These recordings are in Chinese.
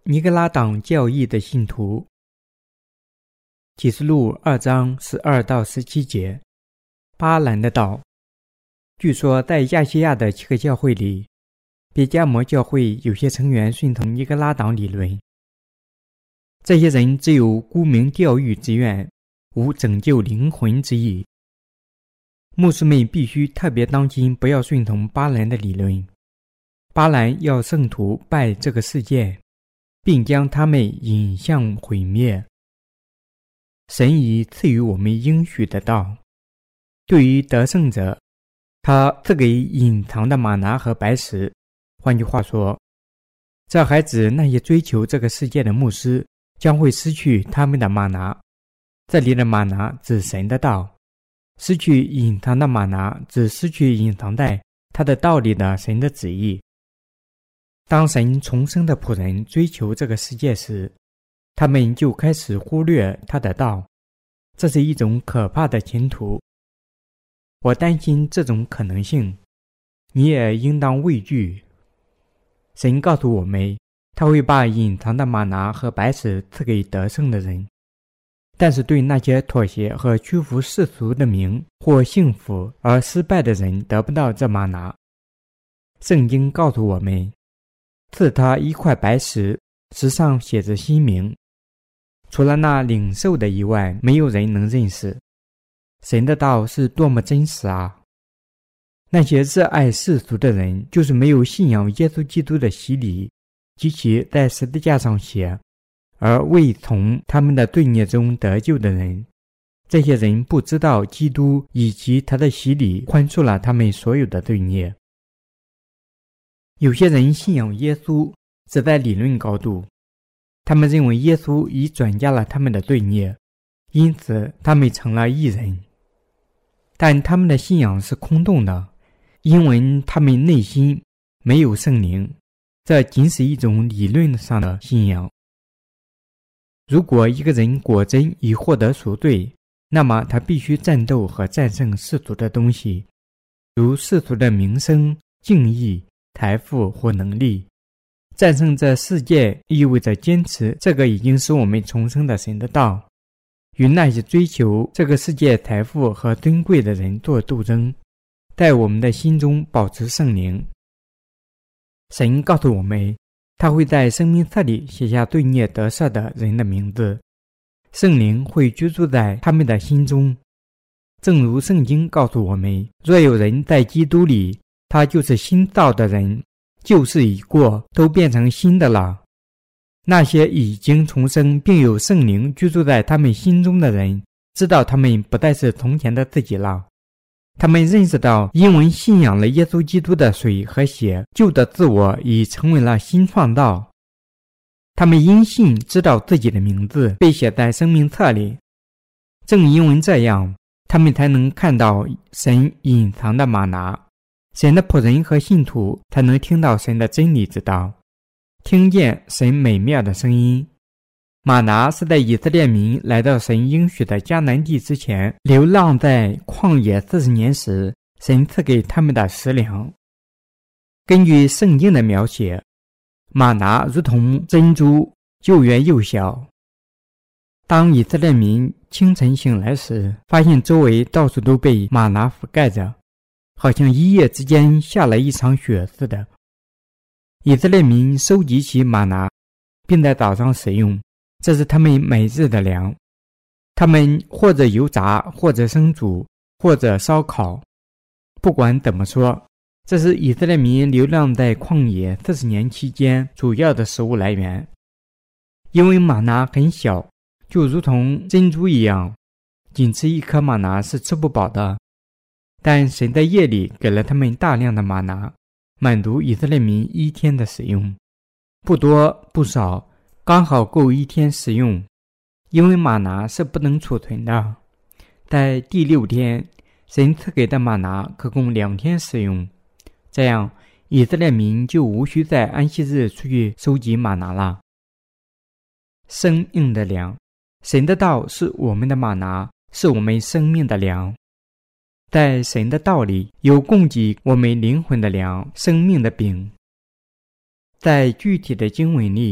尼格拉党教义的信徒。启示录2章12到17节。巴兰的道。据说在亚细亚的7个教会里，别加摩教会有些成员顺从尼格拉党理论。这些人只有沽名钓誉之愿，无拯救灵魂之意。牧师们必须特别当心，不要顺从巴兰的理论。巴兰要圣徒拜这个世界，并将他们引向毁灭。神已赐予我们应许的道，对于得胜者，他赐给隐藏的玛拿和白石。换句话说，这还指那些追求这个世界的牧师将会失去他们的玛拿。这里的玛拿指神的道，失去隐藏的玛拿指失去隐藏在他的道里的神的旨意。当神重生的仆人追求这个世界时，他们就开始忽略他的道，这是一种可怕的前途。我担心这种可能性，你也应当畏惧。神告诉我们，他会把隐藏的玛拿和白石赐给得胜的人，但是对那些妥协和屈服世俗的名或幸福而失败的人得不到这玛拿。圣经告诉我们，赐他一块白石，石上写着新名，除了那领受的以外，没有人能认识。神的道是多么真实啊！那些热爱世俗的人，就是没有信仰耶稣基督的洗礼及其在十字架上血，而未从他们的罪孽中得救的人。这些人不知道基督以及他的洗礼宽恕了他们所有的罪孽。有些人信仰耶稣只在理论高度，他们认为耶稣已转嫁了他们的罪孽，因此他们成了义人。但他们的信仰是空洞的，因为他们内心没有圣灵，这仅是一种理论上的信仰。如果一个人果真已获得赎罪，那么他必须战斗和战胜世俗的东西，如世俗的名声、敬意、财富或能力。战胜这世界意味着坚持这个已经使我们重生的神的道，与那些追求这个世界财富和尊贵的人做斗争，在我们的心中保持圣灵。神告诉我们，他会在生命册里写下罪孽得赦的人的名字，圣灵会居住在他们的心中。正如圣经告诉我们，若有人在基督里，他就是新造的人，旧事已过，都变成新的了。那些已经重生并有圣灵居住在他们心中的人，知道他们不再是从前的自己了。他们认识到，因为信仰了耶稣基督的水和血，旧的自我已成为了新创造。他们因信知道自己的名字被写在生命册里。正因为这样，他们才能看到神隐藏的玛拿。神的仆人和信徒才能听到神的真理之道，听见神美妙的声音。玛拿是在以色列民来到神应许的迦南地之前，流浪在旷野40年时，神赐给他们的食粮。根据圣经的描写，玛拿如同珍珠，又圆又小。当以色列民清晨醒来时，发现周围到处都被玛拿覆盖着，好像一夜之间下了一场雪似的。以色列民收集起玛拿，并在早上食用，这是他们每日的粮。他们或者油炸，或者生煮，或者烧烤。不管怎么说，这是以色列民流浪在旷野40年期间主要的食物来源。因为玛拿很小，就如同珍珠一样，仅吃一颗玛拿是吃不饱的。但神在夜里给了他们大量的玛拿，满足以色列民1天的使用，不多不少，刚好够1天使用。因为玛拿是不能储存的，在第6天，神赐给的玛拿可供2天使用。这样，以色列民就无需在安息日出去收集玛拿了。生命的粮，神的道是我们的玛拿，是我们生命的粮。在神的道里有供给我们灵魂的粮，生命的饼。在具体的经文里，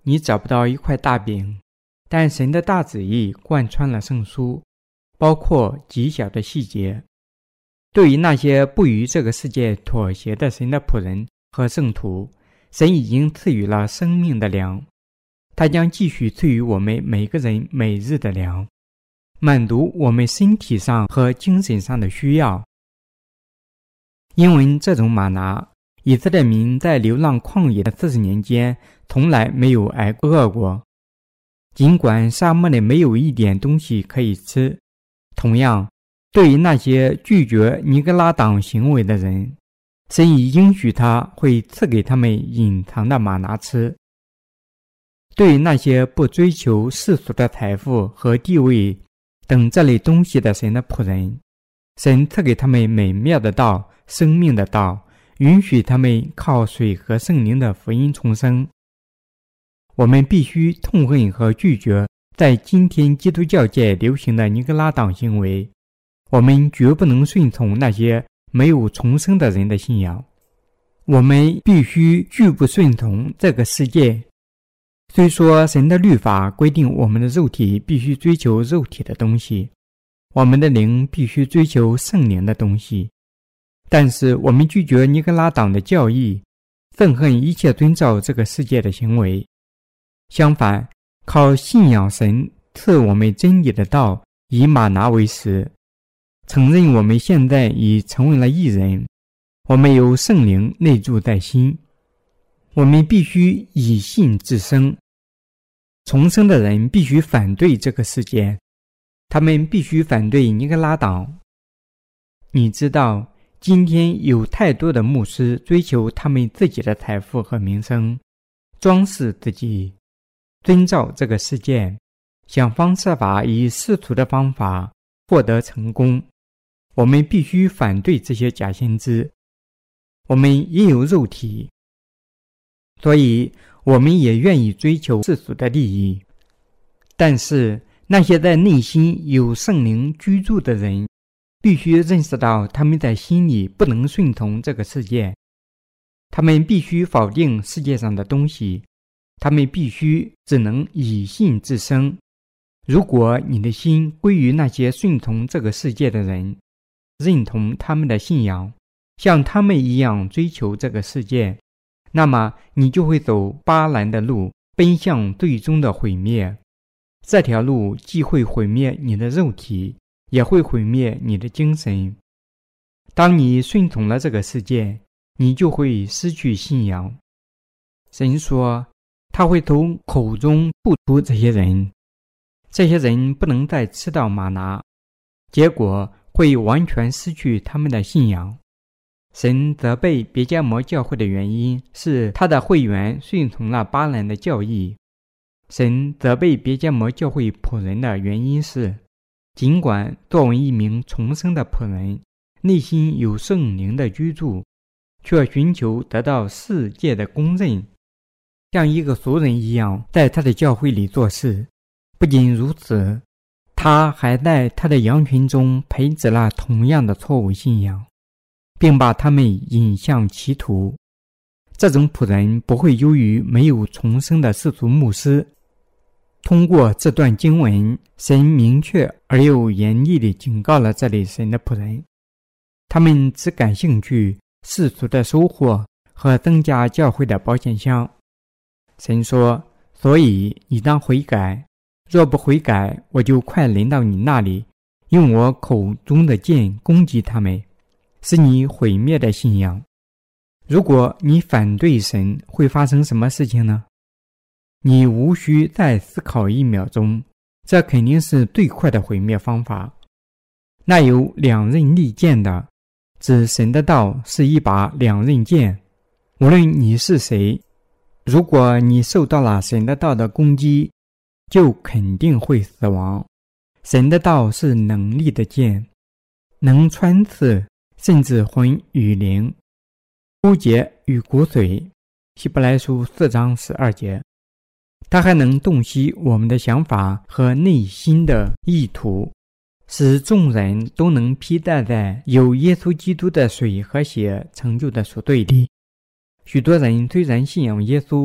你找不到一块大饼，但神的大旨意贯穿了圣书，包括极小的细节。对于那些不与这个世界妥协的神的仆人和圣徒，神已经赐予了生命的粮，他将继续赐予我们每个人每日的粮，满足我们身体上和精神上的需要。因为这种玛拿，以色列民在流浪旷野的40年间从来没有挨饿过。尽管沙漠里没有一点东西可以吃，同样对于那些拒绝尼格拉党行为的人，神已应许他会赐给他们隐藏的玛拿吃。对于那些不追求世俗的财富和地位等这类东西的神的仆人，神赐给他们美妙的道，生命的道，允许他们靠水和圣灵的福音重生。我们必须痛恨和拒绝在今天基督教界流行的尼格拉党行为，我们绝不能顺从那些没有重生的人的信仰。我们必须拒不顺从这个世界。虽说神的律法规定我们的肉体必须追求肉体的东西，我们的灵必须追求圣灵的东西，但是我们拒绝尼格拉党的教义，憎恨一切遵照这个世界的行为。相反，靠信仰神赐我们真理的道，以玛拿为食，承认我们现在已成为了义人，我们有圣灵内住在心。我们必须以信自生。重生的人必须反对这个世界，他们必须反对尼格拉党。你知道，今天有太多的牧师追求他们自己的财富和名声，装饰自己，遵照这个世界，想方设法以世俗的方法获得成功。我们必须反对这些假先知。我们也有肉体，所以我们也愿意追求世俗的利益。但是那些在内心有圣灵居住的人，必须认识到他们在心里不能顺从这个世界，他们必须否定世界上的东西，他们必须只能以信自生。如果你的心归于那些顺从这个世界的人，认同他们的信仰，像他们一样追求这个世界，那么你就会走巴兰的路，奔向最终的毁灭。这条路既会毁灭你的肉体，也会毁灭你的精神。当你顺从了这个世界，你就会失去信仰。神说，他会从口中吐出这些人，这些人不能再吃到玛拿，结果会完全失去他们的信仰。神责备别迦摩教会的原因是他的会员顺从了巴兰的教义。神责备别迦摩教会仆人的原因是，尽管作为一名重生的仆人，内心有圣灵的居住，却寻求得到世界的公认，像一个俗人一样在他的教会里做事。不仅如此，他还在他的羊群中培植了同样的错误信仰，并把他们引向歧途。这种仆人不会优于没有重生的世俗牧师。通过这段经文，神明确而又严厉地警告了这类神的仆人，他们只感兴趣世俗的收获和增加教会的保险箱。神说，所以你当悔改，若不悔改，我就快临到你那里，用我口中的剑攻击他们，使你毁灭的信仰。如果你反对神，会发生什么事情呢？你无需再思考1秒钟，这肯定是最快的毁灭方法。那有两刃利剑的，指神的道是一把两刃剑。无论你是谁，如果你受到了神的道的攻击，就肯定会死亡。神的道是能力的剑，能穿刺甚至魂与灵，勾结与骨髓。希伯来书4章12节。它还能洞悉我们的想法和内心的意图，使众人都能披戴在有耶稣基督的水和血成就的赎罪里。许多人虽然信仰耶稣，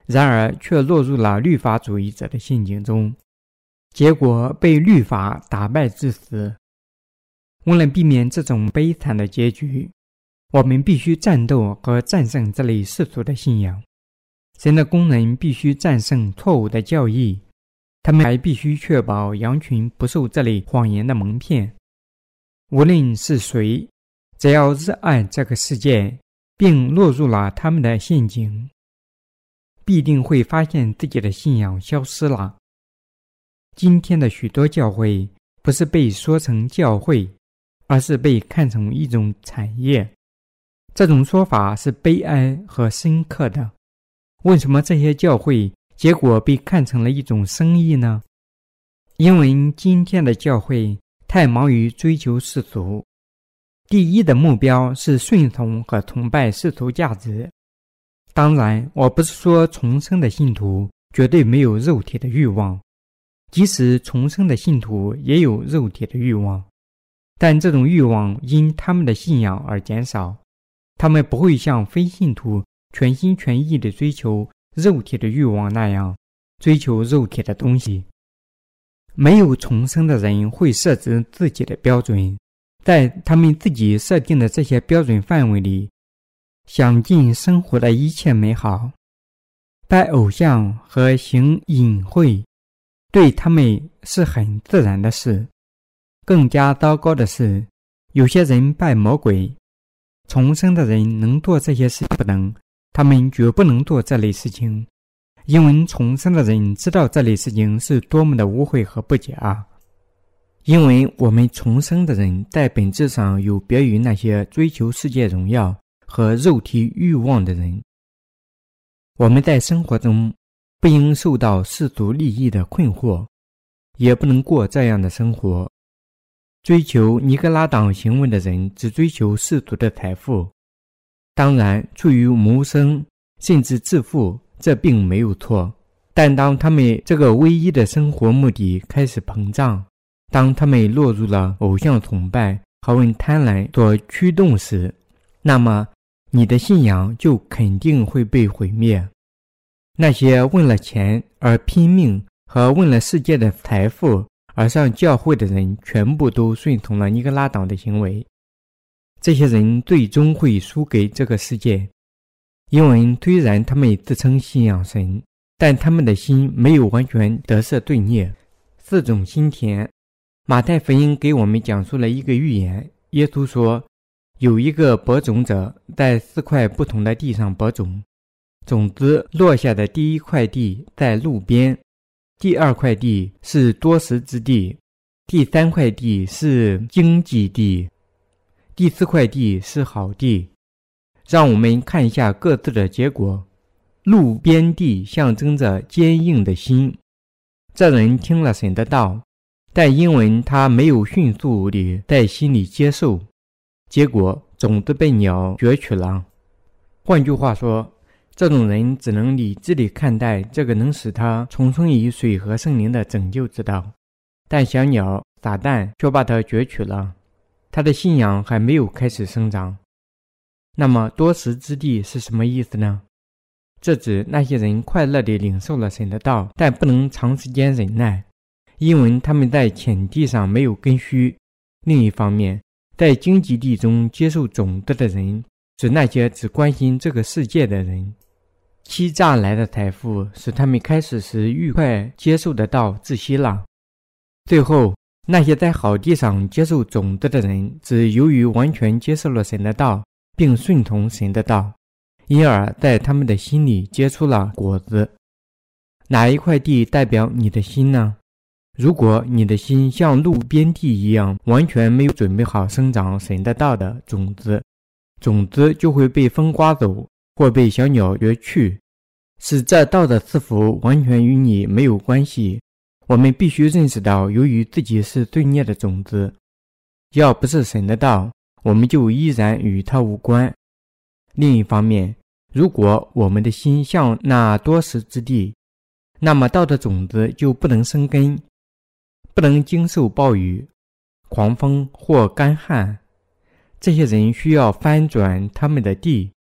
然而却落入了律法主义者的陷阱中，结果被律法打败致死。为了避免这种悲惨的结局，我们必须战斗和战胜这类世俗的信仰。神的工人必须战胜错误的教义，他们还必须确保羊群不受这类谎言的蒙骗。无论是谁，只要热爱这个世界并落入了他们的陷阱，必定会发现自己的信仰消失了。今天的许多教会不是被说成教会，而是被看成一种产业。这种说法是悲哀和深刻的。为什么这些教会结果被看成了一种生意呢？因为今天的教会太忙于追求世俗，第一的目标是顺从和崇拜世俗价值。当然，我不是说重生的信徒绝对没有肉体的欲望，即使重生的信徒也有肉体的欲望，但这种欲望因他们的信仰而减少。他们不会像非信徒全心全意地追求肉体的欲望那样追求肉体的东西。没有重生的人会设置自己的标准，在他们自己设定的这些标准范围里，享尽生活的一切美好。拜偶像和行淫秽对他们是很自然的事。更加糟糕的是，有些人拜魔鬼。重生的人能做这些事不能，他们绝不能做这类事情，因为重生的人知道这类事情是多么的污秽和不洁。因为我们重生的人在本质上有别于那些追求世界荣耀和肉体欲望的人。我们在生活中不应受到世俗利益的困惑，也不能过这样的生活。追求尼格拉党行为的人只追求世俗的财富，当然出于谋生甚至致富，这并没有错。但当他们这个唯一的生活目的开始膨胀，当他们落入了偶像崇拜和为贪婪所驱动时，那么你的信仰就肯定会被毁灭。那些为了钱而拼命和为了世界的财富而上教会的人全部都顺从了尼格拉党的行为。这些人最终会输给这个世界，因为虽然他们自称信仰神，但他们的心没有完全得赦罪孽。4种心田。马太福音给我们讲述了一个寓言。耶稣说，有一个播种者在4块不同的地上播种，种子落下的第一块地在路边，第2块地是多石之地，第3块地是荆棘地，第4块地是好地。让我们看一下各自的结果。路边地象征着坚硬的心，这人听了神的道，但因为他没有迅速地在心里接受，结果种子被鸟攫取了。换句话说，这种人只能理智地看待这个能使他重生于水和圣灵的拯救之道，但小鸟撒旦却把他攫取了，他的信仰还没有开始生长。那么多石之地是什么意思呢？这指那些人快乐地领受了神的道，但不能长时间忍耐，因为他们在浅地上没有根须。另一方面，在荆棘地中接受种子的人，指那些只关心这个世界的人。欺诈来的财富使他们开始时愉快接受的道窒息了。最后，那些在好地上接受种子的人，只由于完全接受了神的道，并顺从神的道，因而在他们的心里结出了果子。哪一块地代表你的心呢？如果你的心像路边地一样，完全没有准备好生长神的道的种子，种子就会被风刮走，或被小鸟攫去，使这道的赐福完全与你没有关系。我们必须认识到，由于自己是罪孽的种子，要不是神的道，我们就依然与它无关。另一方面，如果我们的心像那多石之地，那么道的种子就不能生根，不能经受暴雨、狂风或干旱。这些人需要翻转他们的地，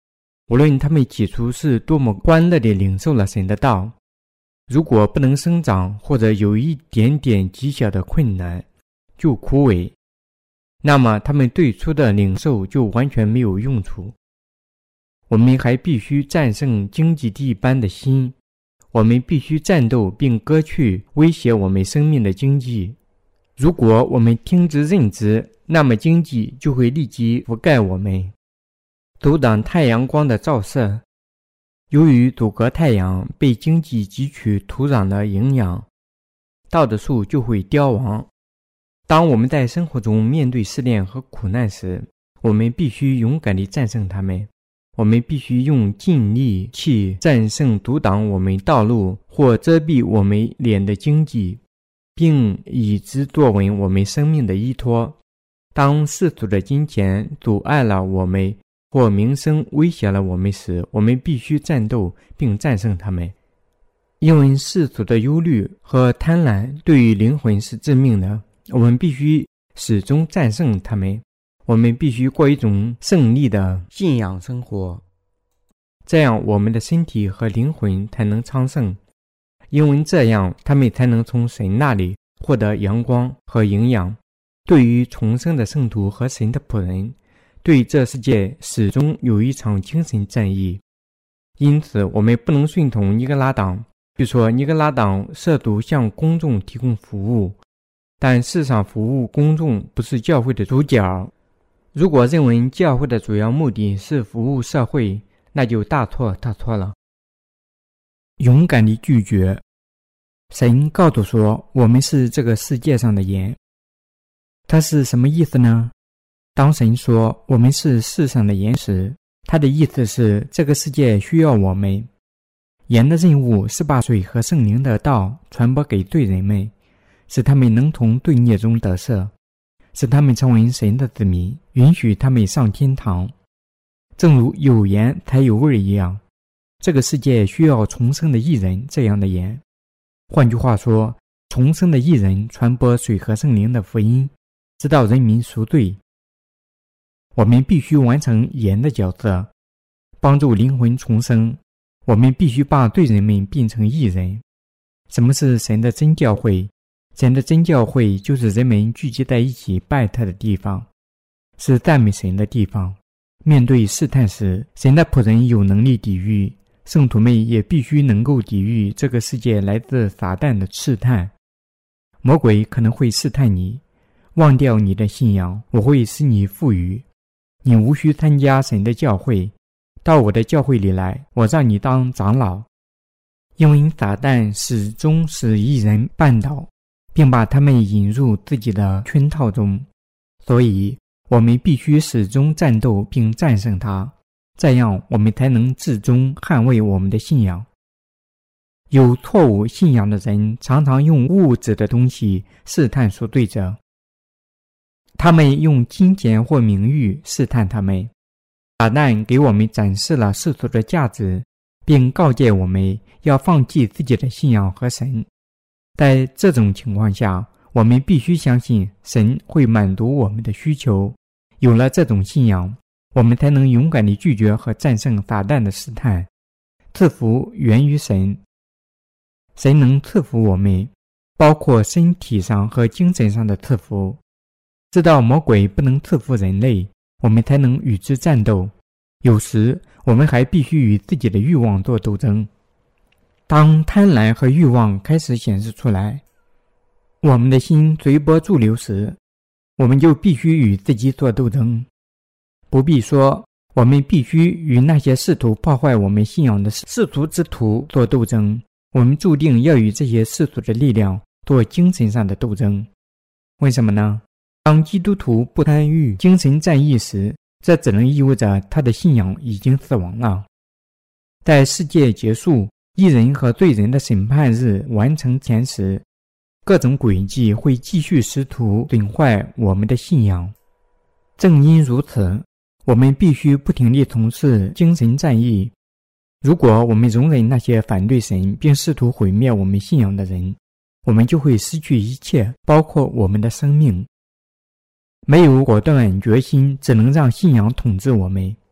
无论他们起初是多么欢乐地领受了神的道，如果不能生长或者有一点点极小的困难就枯萎，那么他们最初的领受就完全没有用处。我们还必须战胜荆棘地般的心，我们必须战斗并割去威胁我们生命的荆棘。如果我们听之任之，那么荆棘就会立即覆盖我们，阻挡太阳光的照射。由于阻隔太阳被荆棘汲取土壤的营养，道的树就会凋亡。当我们在生活中面对试炼和苦难时，我们必须勇敢地战胜它们。我们必须用尽力去战胜阻挡我们道路或遮蔽我们脸的荆棘，并以之作为我们生命的依托。当世俗的金钱阻碍了我们或名声威胁了我们时，我们必须战斗并战胜它们。因为世俗的忧虑和贪婪对于灵魂是致命的，我们必须始终战胜它们。我们必须过一种胜利的信仰生活，这样我们的身体和灵魂才能昌盛，因为这样他们才能从神那里获得阳光和营养。对于重生的圣徒和神的仆人，对这世界始终有一场精神战役。因此我们不能顺从尼格拉党。据说尼格拉党涉图向公众提供服务，但世上服务公众不是教会的主角。如果认为教会的主要目的是服务社会，那就大错特错了。勇敢地拒绝。神告诉说，我们是这个世界上的盐。它是什么意思呢？当神说我们是世上的盐时，他的意思是这个世界需要我们。盐的任务是把水和圣灵的道传播给罪人们，使他们能从罪孽中得赦，使他们成为神的子民，允许他们上天堂。正如有盐才有味一样，这个世界需要重生的义人这样的盐。换句话说，重生的义人传播水和圣灵的福音，直到人民赎罪。我们必须完成盐的角色，帮助灵魂重生。我们必须把罪人们变成义人。什么是神的真教会？神的真教会就是人们聚集在一起拜他的地方，是赞美神的地方。面对试探时，神的仆人有能力抵御，圣徒们也必须能够抵御这个世界来自撒旦的试探。魔鬼可能会试探你，忘掉你的信仰，我会使你富裕。你无需参加神的教会，到我的教会里来，我让你当长老。因为撒旦始终使义人绊倒，并把他们引入自己的圈套中，所以我们必须始终战斗并战胜他，这样我们才能至终捍卫我们的信仰。有错误信仰的人常常用物质的东西试探赎罪者，他们用金钱或名誉试探他们。撒旦给我们展示了世俗的价值，并告诫我们要放弃自己的信仰和神。在这种情况下，我们必须相信神会满足我们的需求。有了这种信仰，我们才能勇敢地拒绝和战胜撒旦的试探。赐福源于神，神能赐福我们，包括身体上和精神上的赐福。知道魔鬼不能赐福人类，我们才能与之战斗。有时我们还必须与自己的欲望做斗争。当贪婪和欲望开始显示出来，我们的心随波逐流时，我们就必须与自己做斗争。不必说，我们必须与那些试图破坏我们信仰的世俗之徒做斗争。我们注定要与这些世俗的力量做精神上的斗争。为什么呢？当基督徒不参与精神战役时，这只能意味着他的信仰已经死亡了。在世界结束、义人和罪人的审判日完成前时，各种诡计会继续试图损坏我们的信仰。正因如此，我们必须不停地从事精神战役。如果我们容忍那些反对神并试图毁灭我们信仰的人，我们就会失去一切，包括我们的生命。没有果断决心，只能让信仰统治我们。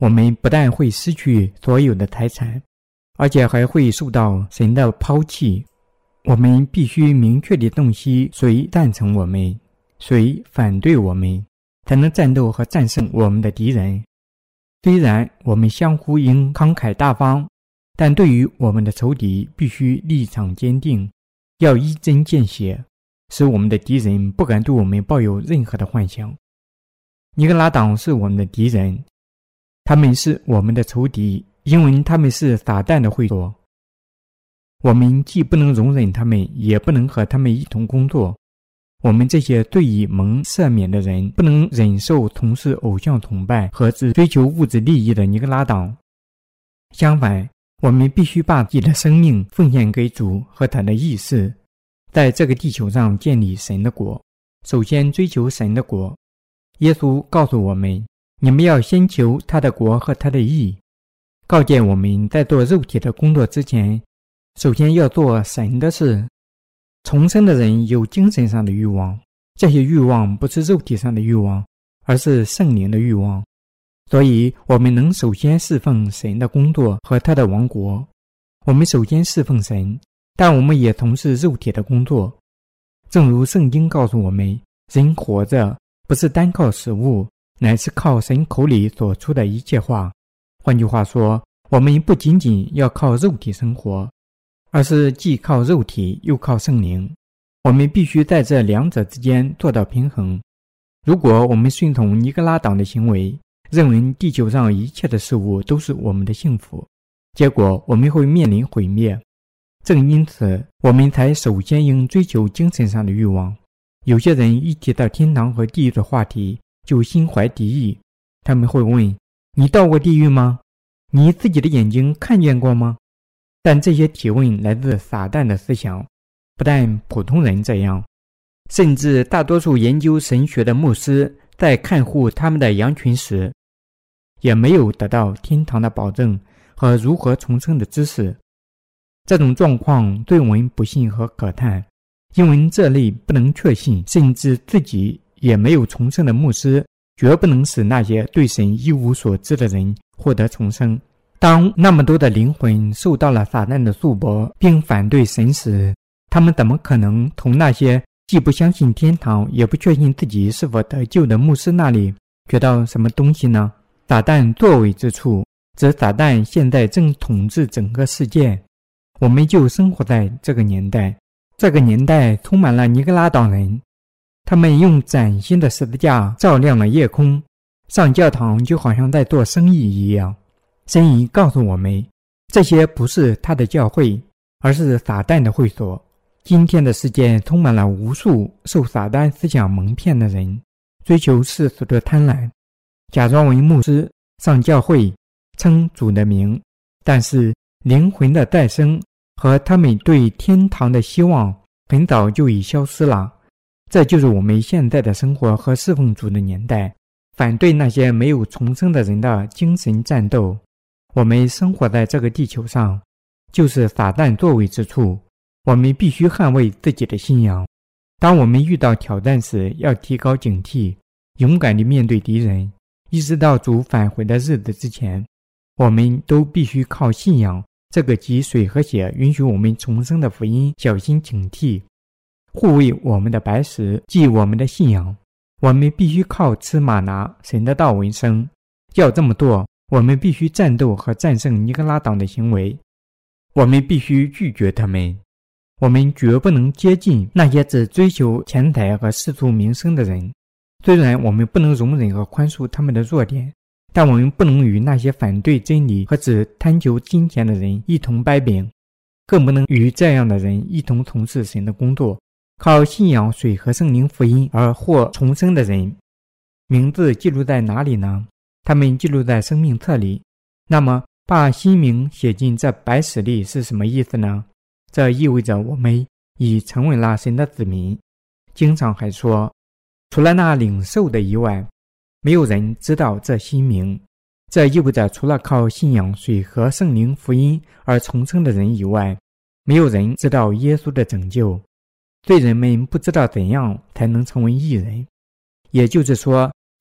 我们不但会失去所有的财产，而且还会受到神的抛弃。我们必须明确地洞悉谁赞成我们，谁反对我们，才能战斗和战胜我们的敌人。虽然我们相互应慷慨大方，但对于我们的仇敌必须立场坚定，要一针见血，使我们的敌人不敢对我们抱有任何的幻想。尼格拉党是我们的敌人，他们是我们的仇敌，因为他们是撒旦的会所。我们既不能容忍他们，也不能和他们一同工作。我们这些罪已蒙赦免的人，不能忍受从事偶像崇拜和只追求物质利益的尼格拉党。相反，我们必须把自己的生命奉献给主和他的义士，在这个地球上建立神的国。首先追求神的国。耶稣告诉我们，你们要先求他的国和他的义，告诫我们在做肉体的工作之前，首先要做神的事。重生的人有精神上的欲望，这些欲望不是肉体上的欲望，而是圣灵的欲望。所以我们能首先侍奉神的工作和他的王国。我们首先侍奉神，但我们也从事肉体的工作。正如圣经告诉我们，人活着不是单靠食物，乃是靠神口里所出的一切话。换句话说，我们不仅仅要靠肉体生活，而是既靠肉体又靠圣灵。我们必须在这两者之间做到平衡。如果我们顺从尼格拉党的行为，认为地球上一切的事物都是我们的幸福，结果我们会面临毁灭。正因此，我们才首先应追求精神上的欲望。有些人一提到天堂和地狱的话题，就心怀敌意。他们会问，你到过地狱吗？你自己的眼睛看见过吗？但这些提问来自撒旦的思想。不但普通人这样，甚至大多数研究神学的牧师在看护他们的羊群时，也没有得到天堂的保证和如何重生的知识。这种状况最为不幸和可叹，因为这类不能确信甚至自己也没有重生的牧师，绝不能使那些对神一无所知的人获得重生。当那么多的灵魂受到了撒旦的束缚并反对神时，他们怎么可能从那些既不相信天堂也不确信自己是否得救的牧师那里学到什么东西呢？撒旦作为之处，指撒旦现在正统治整个世界。我们就生活在这个年代，这个年代充满了尼格拉党人，他们用崭新的十字架照亮了夜空，上教堂就好像在做生意一样。神已告诉我们，这些不是他的教会，而是撒旦的会所。今天的世界充满了无数受撒旦思想蒙骗的人，追求世俗的贪婪，假装为牧师，上教会，称主的名，但是灵魂的再生和他们对天堂的希望很早就已消失了。这就是我们现在的生活和侍奉主的年代，反对那些没有重生的人的精神战斗。我们生活在这个地球上，就是撒旦作为之处。我们必须捍卫自己的信仰。当我们遇到挑战时，要提高警惕，勇敢地面对敌人。一直到主返回的日子之前，我们都必须靠信仰这个集水和血允许我们重生的福音小心警惕，护卫我们的白石，即我们的信仰。我们必须靠吃玛拿神的道为生。要这么做，我们必须战斗和战胜尼格拉党的行为。我们必须拒绝他们。我们绝不能接近那些只追求钱财和世俗名声的人。虽然我们不能容忍和宽恕他们的弱点，但我们不能与那些反对真理和只贪求金钱的人一同掰饼，更不能与这样的人一同从事神的工作。靠信仰水和圣灵福音而获重生的人，名字记录在哪里呢？他们记录在生命册里。那么把新名写进这白史里是什么意思呢？这意味着我们已成为了神的子民。经上还说，除了那领受的以外，没有人知道这新名。这意味着除了靠信仰水和圣灵福音而重生的人以外，没有人知道耶稣的拯救。罪人们不知道怎样才能成为义人，也就是说，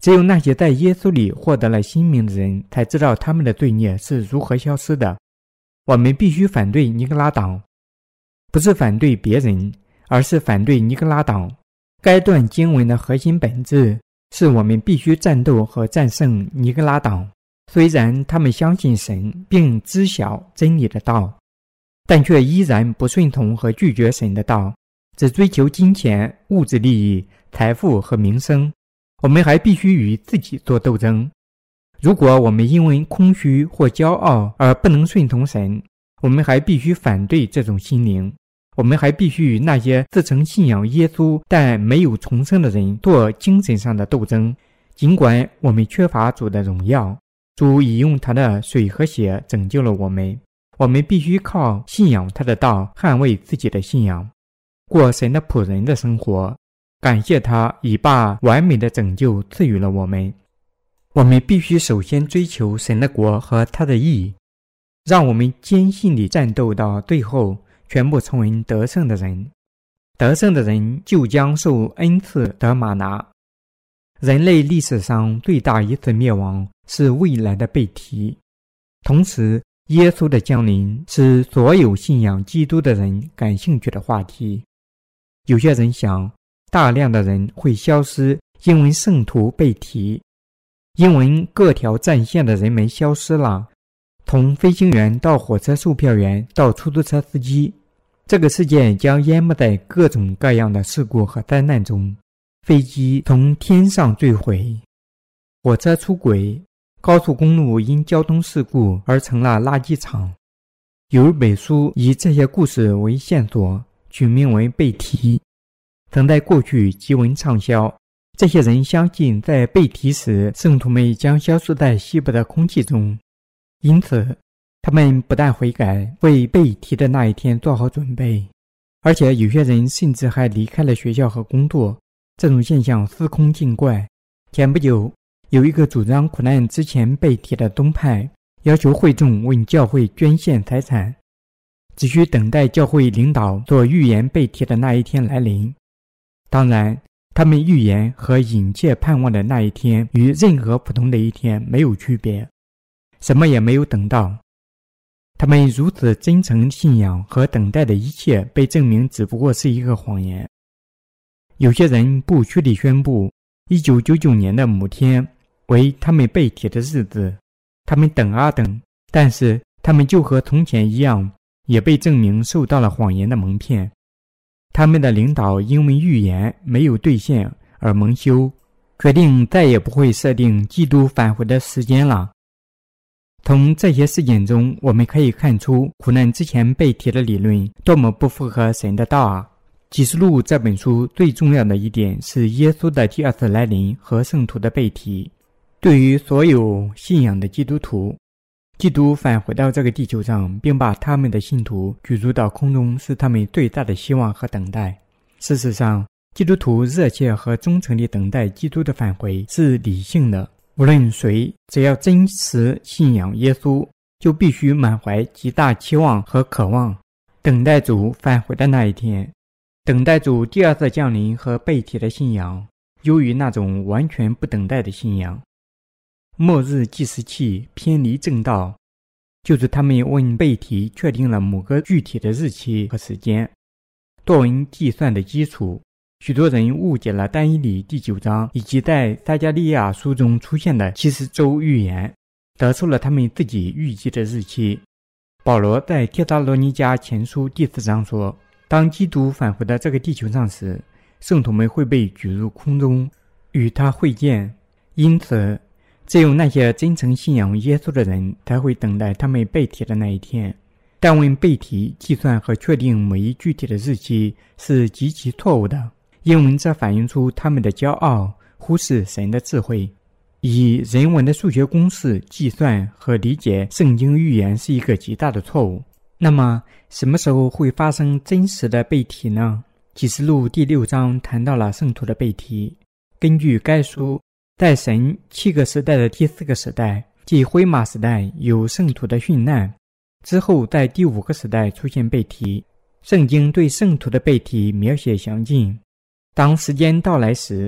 只有那些在耶稣里获得了新命的人才知道他们的罪孽是如何消失的。我们必须反对尼格拉党，不是反对别人，而是反对尼格拉党。该段经文的核心本质是我们必须战斗和战胜尼格拉党。虽然他们相信神并知晓真理的道，但却依然不顺从和拒绝神的道，只追求金钱、物质利益、财富和名声。我们还必须与自己做斗争。如果我们因为空虚或骄傲而不能顺从神，我们还必须反对这种心灵。我们还必须与那些自称信仰耶稣但没有重生的人做精神上的斗争。尽管我们缺乏主的荣耀，主已用他的水和血拯救了我们。我们必须靠信仰他的道捍卫自己的信仰，过神的仆人的生活，感谢他已把完美的拯救赐予了我们。我们必须首先追求神的国和他的义，让我们坚信地战斗到最后，全部成为得胜的人。得胜的人就将受恩赐得玛拿。人类历史上最大一次灭亡是未来的被提，同时耶稣的降临是所有信仰基督的人感兴趣的话题。有些人想，大量的人会消失，因为圣徒被提，因为各条战线的人们消失了，从飞行员到火车售票员到出租车司机。这个世界将淹没在各种各样的事故和灾难中，飞机从天上坠毁，火车出轨，高速公路因交通事故而成了垃圾场。有一本书以这些故事为线索，取名为《被提》，曾在过去极为畅销。这些人相信在被提时，圣徒们将消失在稀薄的空气中，因此他们不但悔改，为被提的那一天做好准备，而且有些人甚至还离开了学校和工作。这种现象司空见惯。前不久，有一个主张苦难之前被提的宗派要求会众为教会捐献财产，只需等待教会领导所预言被提的那一天来临。当然，他们预言和殷切盼望的那一天与任何普通的一天没有区别，什么也没有等到。他们如此真诚信仰和等待的一切被证明只不过是一个谎言。有些人不虚地宣布1999年的某天为他们被提的日子，他们等啊等，但是他们就和从前一样，也被证明受到了谎言的蒙骗。他们的领导因为预言没有兑现而蒙羞，决定再也不会设定基督返回的时间了。从这些事件中，我们可以看出苦难之前被提的理论多么不符合神的道啊！启示录这本书最重要的一点是耶稣的第二次来临和圣徒的被提。对于所有信仰的基督徒，基督返回到这个地球上，并把他们的信徒举入到空中，是他们最大的希望和等待。事实上，基督徒热切和忠诚地等待基督的返回是理性的。无论谁只要真实信仰耶稣，就必须满怀极大期望和渴望，等待主返回的那一天。等待主第二次降临和被提的信仰优于那种完全不等待的信仰。末日计时器偏离正道，就是他们为被提确定了某个具体的日期和时间，作为计算的基础。许多人误解了但以理第9章以及在撒迦利亚书中出现的70周预言，得出了他们自己预计的日期。保罗在帖撒罗尼迦前书第4章说，当基督返回到这个地球上时，圣徒们会被举入空中与他会见。因此只有那些真诚信仰耶稣的人才会等待他们被提的那一天。但为被提计算和确定每一具体的日期是极其错误的，因为这反映出他们的骄傲，忽视神的智慧。以人文的数学公式计算和理解圣经预言是一个极大的错误。那么什么时候会发生真实的被提呢？启示录第6章谈到了圣徒的被提。根据该书，在神7个时代的第4个时代，即灰马时代，有圣徒的殉难，之后在第5个时代出现被提。圣经对圣徒的被提描写详尽。当时间到来时，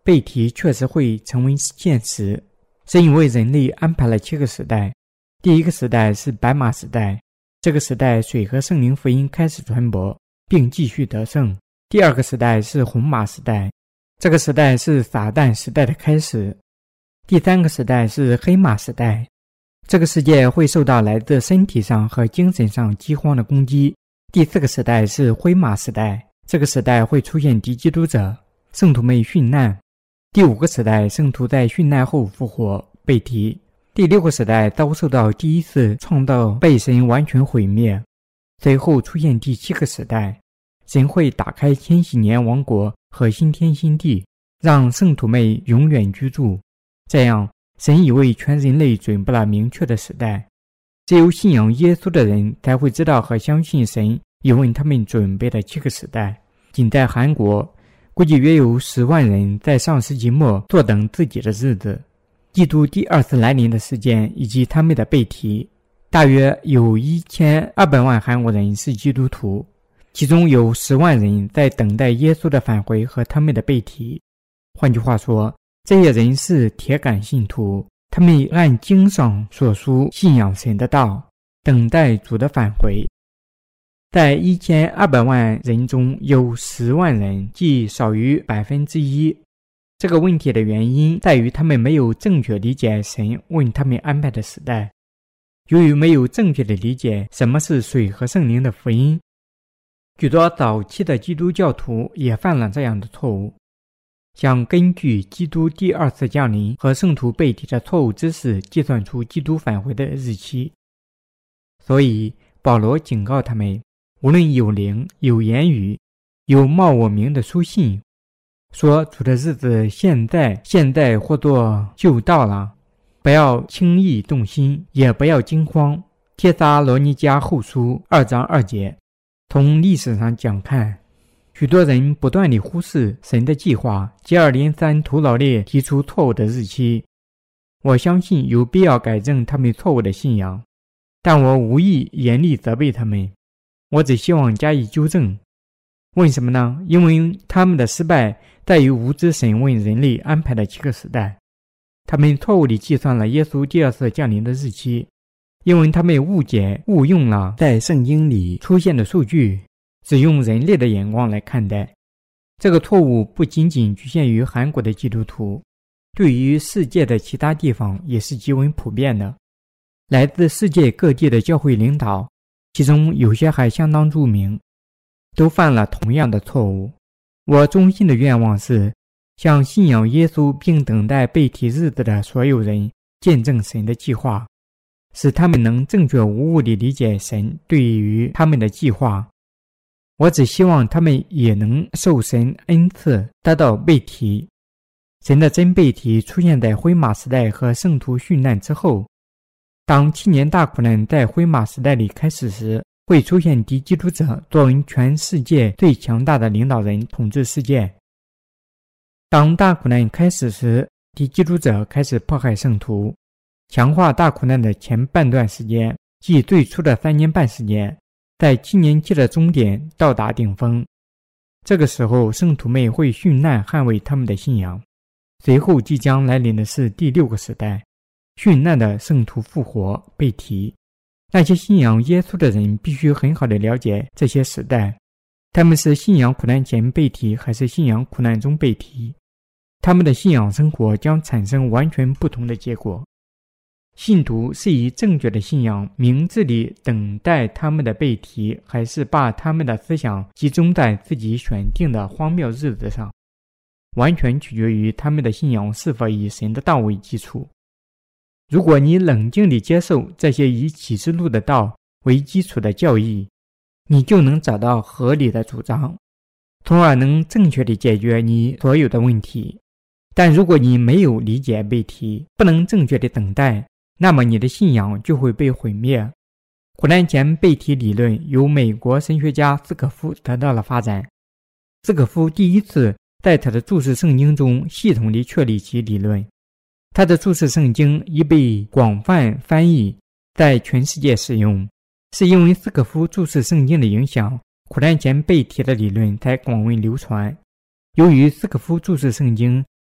背题确实会成为现实。神为人类安排了7个时代。第一个时代是白马时代，这个时代水和圣灵福音开始传播，并继续得胜。第二个时代是红马时代，这个时代是撒旦时代的开始。第三个时代是黑马时代，这个世界会受到来自身体上和精神上饥荒的攻击。第四个时代是灰马时代，这个时代会出现敌基督者，圣徒们殉难。第5个时代，圣徒在殉难后复活，被提。第6个时代遭受到第一次创造被神完全毁灭。随后出现第7个时代，神会打开千禧年王国和新天新地，让圣徒们永远居住。这样，神已为全人类准备了明确的时代。只有信仰耶稣的人才会知道和相信神已为他们准备的7个时代。仅在韩国，估计约有10万人在上世纪末坐等自己的日子。基督第2次来临的事件以及他们的被提，大约有1200万韩国人是基督徒，其中有10万人在等待耶稣的返回和他们的被提。换句话说，这些人是铁杆信徒，他们按经上所书信仰神的道，等待主的返回。在1200万人中有10万人，即少于1%。这个问题的原因在于他们没有正确理解神为他们安排的时代。由于没有正确的理解什么是水和圣灵的福音，许多早期的基督教徒也犯了这样的错误，想根据基督第2次降临和圣徒被提的错误知识计算出基督返回的日期。所以保罗警告他们，无论有灵、有言语、有冒我名的书信，说主的日子现在或作就到了，不要轻易动心，也不要惊慌。帖撒罗尼迦后书2章2节。从历史上讲看，许多人不断地忽视神的计划，接二连三徒劳地提出错误的日期。我相信有必要改正他们错误的信仰，但我无意严厉责备他们，我只希望加以纠正。为什么呢？因为他们的失败在于无知神为人类安排的7个时代。他们错误地计算了耶稣第2次降临的日期，因为他们误用了在圣经里出现的数据，只用人类的眼光来看待。这个错误不仅仅局限于韩国的基督徒，对于世界的其他地方也是极为普遍的。来自世界各地的教会领导，其中有些还相当著名，都犯了同样的错误。我衷心的愿望是向信仰耶稣并等待被提日子的所有人见证神的计划，使他们能正确无误地理解神对于他们的计划。我只希望他们也能受神恩赐，得到被提。神的真被提出现在灰马时代和圣徒殉难之后。当7年大苦难在灰马时代里开始时，会出现敌基督者作为全世界最强大的领导人统治世界。当大苦难开始时，敌基督者开始迫害圣徒，强化大苦难的前半段时间，即最初的3年半时间，在7年期的终点到达顶峰。这个时候，圣徒们会殉难捍卫他们的信仰。随后即将来临的是第6个时代，殉难的圣徒复活被提。那些信仰耶稣的人必须很好地了解这些时代，他们是信仰苦难前被提还是信仰苦难中被提，他们的信仰生活将产生完全不同的结果。信徒是以正确的信仰明智地等待他们的被提，还是把他们的思想集中在自己选定的荒谬日子上，完全取决于他们的信仰是否以神的道为基础。如果你冷静地接受这些以启示录的道为基础的教义，你就能找到合理的主张，从而能正确地解决你所有的问题。但如果你没有理解被提，不能正确地等待，那么你的信仰就会被毁灭。苦难前被提理论由美国神学家斯可夫得到了发展。斯可夫第一次在他的注释圣经中系统地确立其理论。他的注释圣经已被广泛翻译，在全世界使用，是因为斯可夫注释圣经的影响，苦难前被提的理论才广为流传。由于斯可夫注释圣经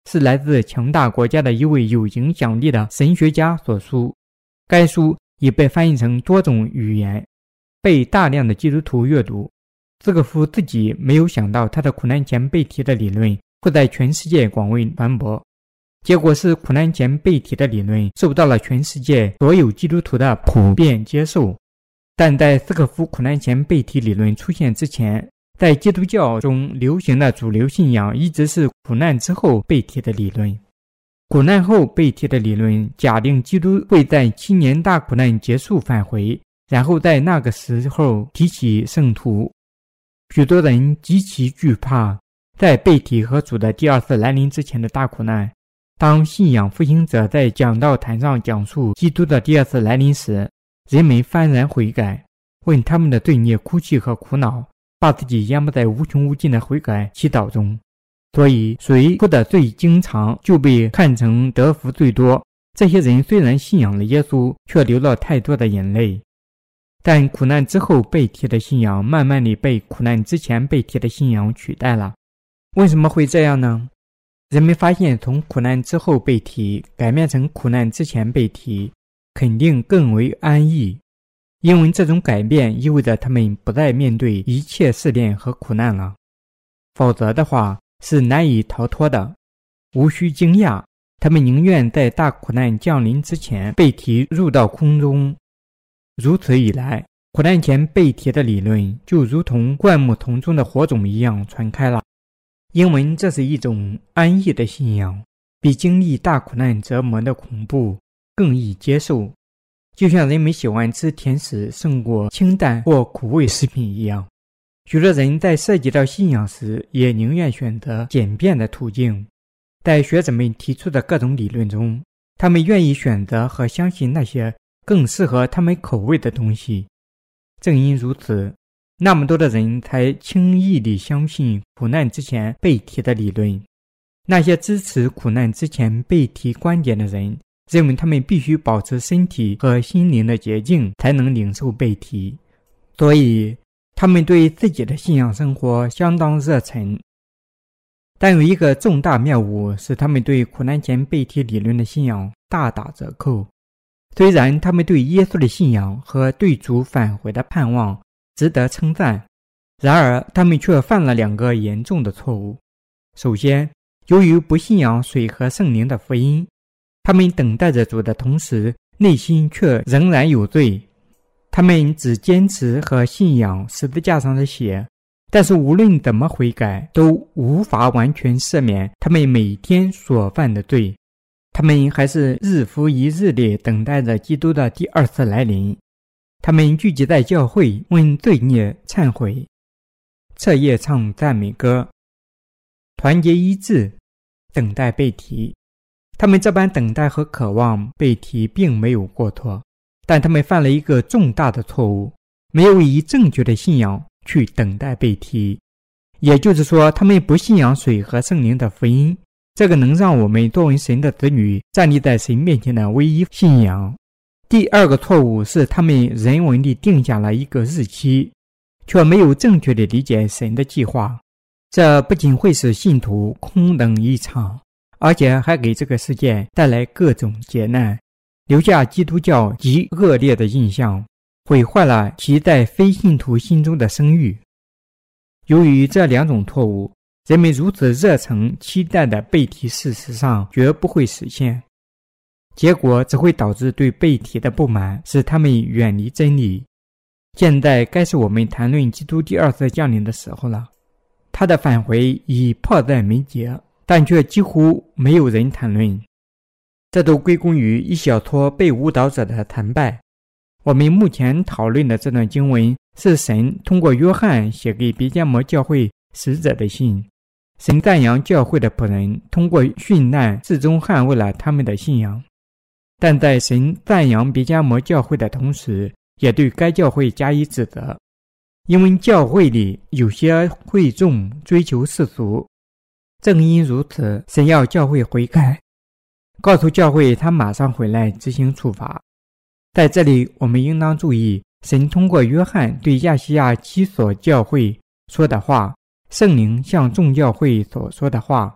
是来自强大国家的一位有影响力的神学家所书。该书已被翻译成多种语言，被大量的基督徒阅读。斯科夫自己没有想到他的苦难前被提的理论会在全世界广为传播，结果是苦难前被提的理论受到了全世界所有基督徒的普遍接受。但在斯科夫苦难前被提理论出现之前，在基督教中流行的主流信仰一直是苦难之后被提的理论。苦难后被提的理论假定基督会在7年大苦难结束返回，然后在那个时候提起圣徒。许多人极其惧怕在被提和主的第二次来临之前的大苦难。当信仰复兴者在讲道坛上讲述基督的第二次来临时，人们幡然悔改，为他们的罪孽哭泣和苦恼，把自己淹没在无穷无尽的悔改祈祷中。所以谁哭得最经常，就被看成得福最多。这些人虽然信仰了耶稣，却流了太多的眼泪。但苦难之后被提的信仰慢慢地被苦难之前被提的信仰取代了。为什么会这样呢？人们发现从苦难之后被提改变成苦难之前被提肯定更为安逸，因为这种改变意味着他们不再面对一切试炼和苦难了，否则的话是难以逃脱的。无需惊讶，他们宁愿在大苦难降临之前被提入到空中。如此一来，苦难前被提的理论就如同灌木丛中的火种一样传开了，因为这是一种安逸的信仰，比经历大苦难折磨的恐怖更易接受，就像人们喜欢吃甜食胜过清淡或苦味食品一样。许多人在涉及到信仰时也宁愿选择简便的途径。在学者们提出的各种理论中，他们愿意选择和相信那些更适合他们口味的东西。正因如此，那么多的人才轻易地相信苦难之前被提的理论。那些支持苦难之前被提观点的人认为他们必须保持身体和心灵的洁净才能领受被提，所以他们对自己的信仰生活相当热忱。但有一个重大谬误使他们对苦难前被提理论的信仰大打折扣。虽然他们对耶稣的信仰和对主返回的盼望值得称赞，然而他们却犯了2个严重的错误。首先，由于不信仰水和圣灵的福音，他们等待着主的同时，内心却仍然有罪。他们只坚持和信仰十字架上的血，但是无论怎么悔改，都无法完全赦免他们每天所犯的罪。他们还是日复一日地等待着基督的第二次来临。他们聚集在教会，为罪孽忏悔，彻夜唱赞美歌，团结一致，等待被提。他们这般等待和渴望被提并没有过错，但他们犯了一个重大的错误，没有以正确的信仰去等待被提。也就是说，他们不信仰水和圣灵的福音，这个能让我们作为神的子女站立在神面前的唯一信仰。第2个错误是他们人为地定下了一个日期，却没有正确地理解神的计划。这不仅会使信徒空等一场，而且还给这个世界带来各种劫难，留下基督教极恶劣的印象，毁坏了其在非信徒心中的声誉。由于这2种错误，人们如此热诚期待的被提事实上绝不会实现，结果只会导致对被提的不满，使他们远离真理。现在该是我们谈论基督第2次降临的时候了。他的返回已迫在眉睫，但却几乎没有人谈论。这都归功于一小撮被误导者的谈败。我们目前讨论的这段经文是神通过约翰写给别迦摩教会使者的信。神赞扬教会的仆人通过殉难始终捍卫了他们的信仰，但在神赞扬别迦摩教会的同时，也对该教会加以指责，因为教会里有些会众追求世俗。正因如此，神要教会悔改，告诉教会他马上回来执行处罚。在这里我们应当注意，神通过约翰对亚细亚7所教会说的话，圣灵向众教会所说的话，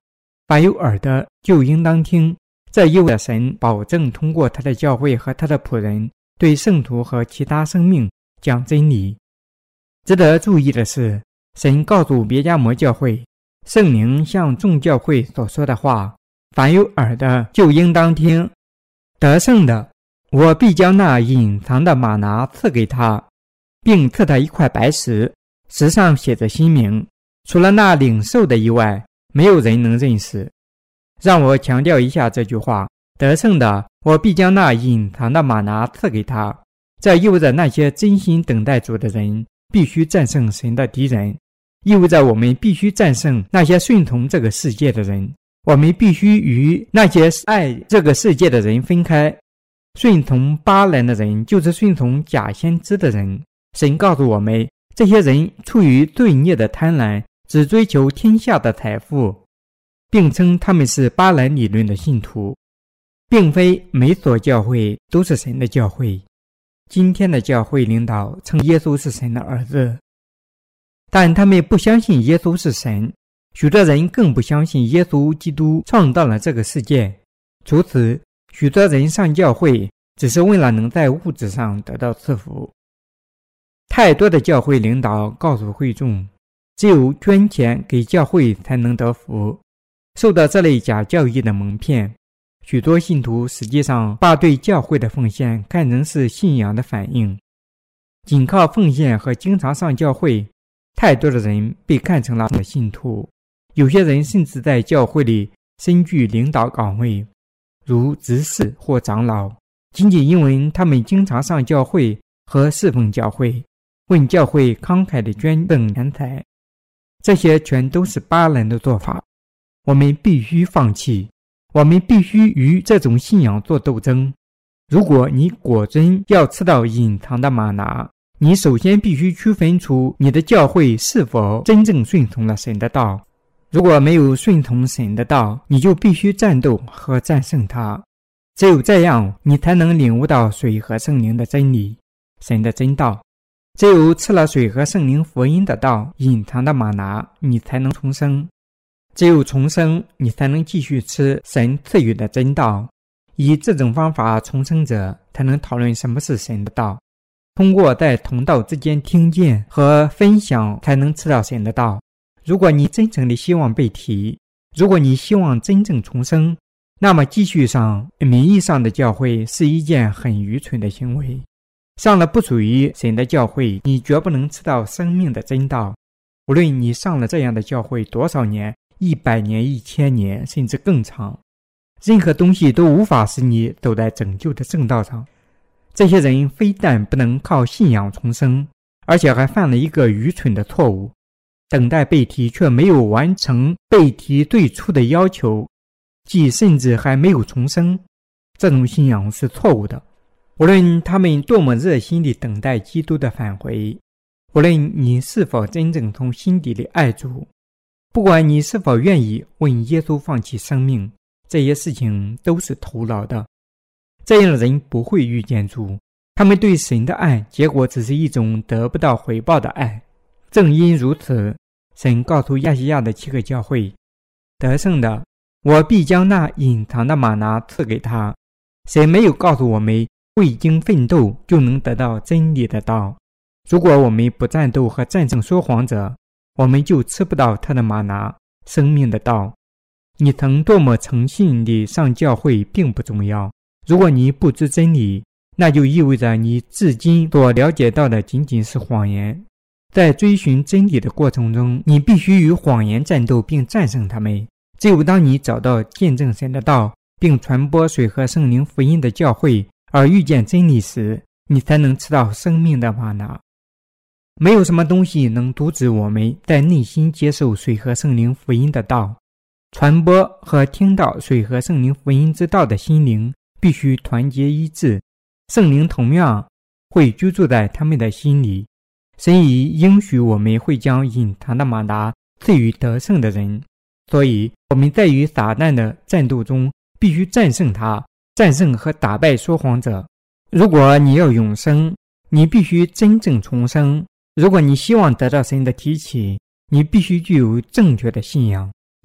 凡有耳的就应当听。这意味着神保证通过他的教会和他的仆人对圣徒和其他生命讲真理。值得注意的是，神告诉别迦摩教会，圣灵向众教会所说的话，凡有耳的就应当听。得胜的，我必将那隐藏的玛拿赐给他，并赐他一块白石，石上写着新名，除了那领受的以外，没有人能认识。让我强调一下这句话，得胜的，我必将那隐藏的玛拿赐给他。这意味着那些真心等待主的人必须战胜神的敌人，意味着我们必须战胜那些顺从这个世界的人，我们必须与那些爱这个世界的人分开。顺从巴兰的人就是顺从假先知的人。神告诉我们，这些人出于罪孽的贪婪，只追求天下的财富，并称他们是巴兰理论的信徒。并非每所教会都是神的教会。今天的教会领导称耶稣是神的儿子，但他们不相信耶稣是神。许多人更不相信耶稣基督创造了这个世界。除此，许多人上教会只是为了能在物质上得到赐福。太多的教会领导告诉会众，只有捐钱给教会才能得福。受到这类假教义的蒙骗，许多信徒实际上把对教会的奉献看成是信仰的反应。仅靠奉献和经常上教会，太多的人被看成了信徒。有些人甚至在教会里身居领导岗位，如执事或长老，仅仅因为他们经常上教会和侍奉教会，为教会慷慨地捐赠钱财。这些全都是巴兰的做法，我们必须放弃。我们必须与这种信仰做斗争。如果你果真要吃到隐藏的玛拿，你首先必须区分出你的教会是否真正顺从了神的道。如果没有顺从神的道，你就必须战斗和战胜它。只有这样，你才能领悟到水和圣灵的真理，神的真道。只有吃了水和圣灵福音的道，隐藏的玛拿，你才能重生。只有重生，你才能继续吃神赐予的真道。以这种方法重生者才能讨论什么是神的道。通过在同道之间听见和分享，才能吃到神的道。如果你真诚地希望被提，如果你希望真正重生，那么继续上名义上的教会是一件很愚蠢的行为。上了不属于神的教会，你绝不能吃到生命的真道。无论你上了这样的教会多少年，100年、1000年，甚至更长，任何东西都无法使你走在拯救的正道上。这些人非但不能靠信仰重生，而且还犯了一个愚蠢的错误，等待被提却没有完成被提最初的要求，即甚至还没有重生。这种信仰是错误的。无论他们多么热心地等待基督的返回，无论你是否真正从心底里爱主，不管你是否愿意为耶稣放弃生命，这些事情都是徒劳的。这样的人不会遇见主，他们对神的爱结果只是一种得不到回报的爱。正因如此，神告诉亚细亚的7个教会，得胜的，我必将那隐藏的玛拿赐给他。神没有告诉我们未经奋斗就能得到真理的道。如果我们不战斗和战胜说谎者，我们就吃不到他的玛拿，生命的道。你曾多么诚信地上教会并不重要，如果你不知真理，那就意味着你至今所了解到的仅仅是谎言。在追寻真理的过程中，你必须与谎言战斗并战胜它们。只有当你找到见证神的道并传播水和圣灵福音的教会而遇见真理时，你才能吃到生命的玛拿。没有什么东西能阻止我们在内心接受水和圣灵福音的道。传播和听到水和圣灵福音之道的心灵必须团结一致，圣灵同样会居住在他们的心里。神已应许我们会将隐藏的玛拿赐予得胜的人，所以我们在与撒旦的战斗中必须战胜他，战胜和打败说谎者。如果你要永生，你必须真正重生。如果你希望得到神的提起，你必须具有正确的信仰。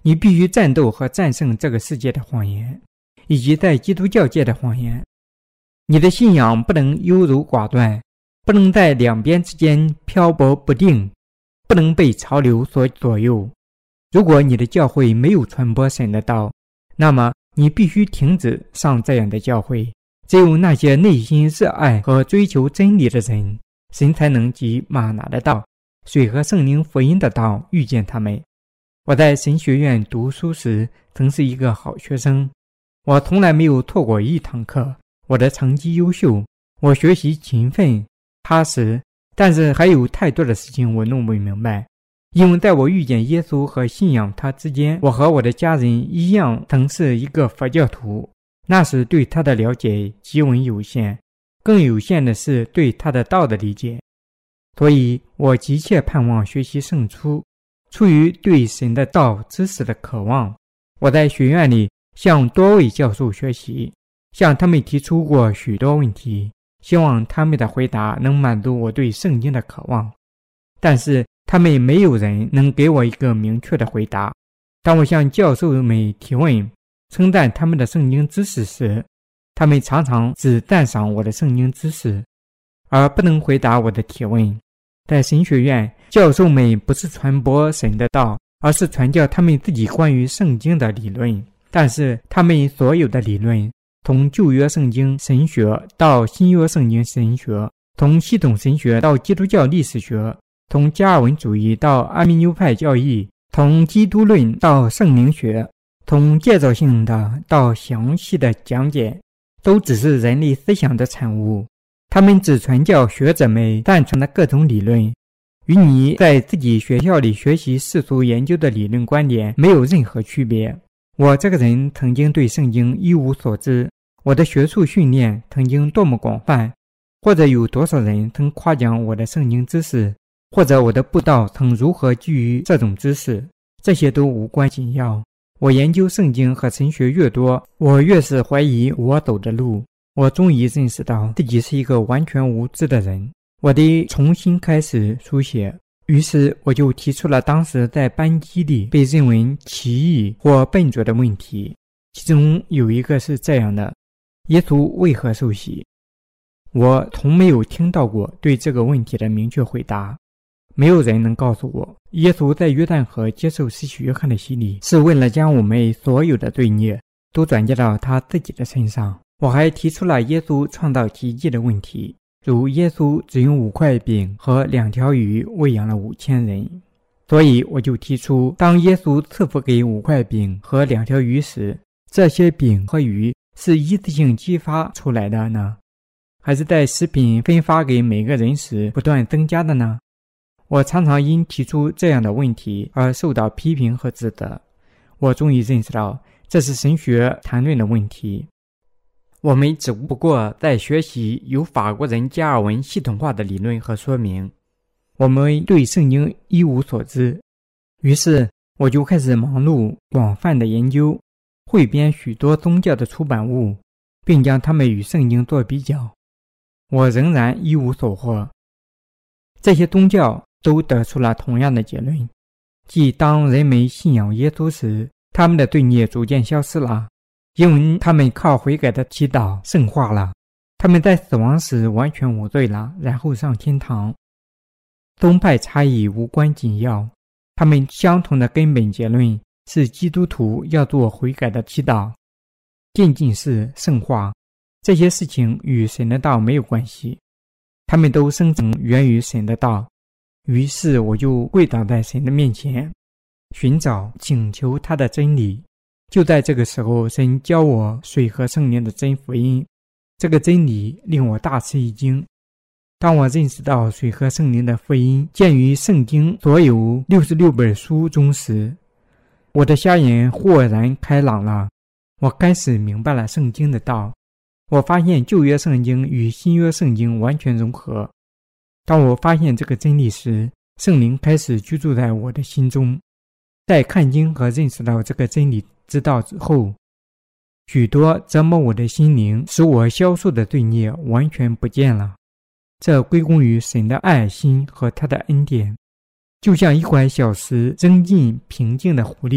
你必须战斗和战胜这个世界的谎言，以及在基督教界的谎言。你的信仰不能优柔寡断，不能在两边之间漂泊不定，不能被潮流所左右。如果你的教会没有传播神的道，那么你必须停止上这样的教会。只有那些内心热爱和追求真理的人，神才能藉玛拿的道、水和圣灵福音的道遇见他们。我在神学院读书时曾是一个好学生，我从来没有错过一堂课，我的成绩优秀，我学习勤奋踏实，但是还有太多的事情我弄不明白。因为在我遇见耶稣和信仰他之间，我和我的家人一样曾是一个佛教徒，那时对他的了解极为有限，更有限的是对他的道的理解。所以我急切盼望学习圣书，出于对神的道知识的渴望，我在学院里向多位教授学习，向他们提出过许多问题，希望他们的回答能满足我对圣经的渴望。但是他们没有人能给我一个明确的回答。当我向教授们提问，称赞他们的圣经知识时，他们常常只赞赏我的圣经知识，而不能回答我的提问。在神学院，教授们不是传播神的道，而是传教他们自己关于圣经的理论。但是他们所有的理论，从旧约圣经神学到新约圣经神学，从系统神学到基督教历史学，从加尔文主义到阿米纽派教义，从基督论到圣灵学，从介绍性的到详细的讲解，都只是人类思想的产物。他们只传教学者们赞成的各种理论，与你在自己学校里学习世俗研究的理论观点没有任何区别。我这个人曾经对圣经一无所知，我的学术训练曾经多么广泛，或者有多少人曾夸奖我的圣经知识，或者我的布道曾如何基于这种知识，这些都无关紧要。我研究圣经和神学越多，我越是怀疑我走的路。我终于认识到自己是一个完全无知的人，我得重新开始书写。于是我就提出了当时在班级里被认为奇异或笨拙的问题，其中有一个是这样的：耶稣为何受洗？我从没有听到过对这个问题的明确回答。没有人能告诉我，耶稣在约旦河接受施洗约翰的洗礼，是为了将我们所有的罪孽都转嫁到他自己的身上。我还提出了耶稣创造奇迹的问题，如耶稣只用5块饼和2条鱼喂养了5000人。所以我就提出，当耶稣赐福给5块饼和2条鱼时，这些饼和鱼是一次性激发出来的呢，还是在食品分发给每个人时不断增加的呢？我常常因提出这样的问题而受到批评和指责。我终于认识到，这是神学谈论的问题。我们只不过在学习由法国人加尔文系统化的理论和说明，我们对圣经一无所知。于是我就开始忙碌广泛的研究，汇编许多宗教的出版物，并将它们与圣经做比较。我仍然一无所获。这些宗教都得出了同样的结论，即当人们信仰耶稣时，他们的罪孽逐渐消失了，因为他们靠悔改的祈祷圣化了，他们在死亡时完全无罪了，然后上天堂。宗派差异无关紧要，他们相同的根本结论是基督徒要做悔改的祈祷、渐进式圣化，这些事情与神的道没有关系，他们都生成源于神的道。于是我就跪倒在神的面前，寻找请求他的真理。就在这个时候，神教我水和圣灵的真福音，这个真理令我大吃一惊。当我认识到水和圣灵的福音见于圣经所有66本书中时，我的瞎眼豁然开朗了。我开始明白了圣经的道，我发现旧约圣经与新约圣经完全融合。当我发现这个真理时，圣灵开始居住在我的心中。在看经和认识到这个真理之道之后，许多折磨我的心灵使我消受的罪孽完全不见了。这归功于神的爱心和他的恩典，就像一块小石扔进平静的湖里，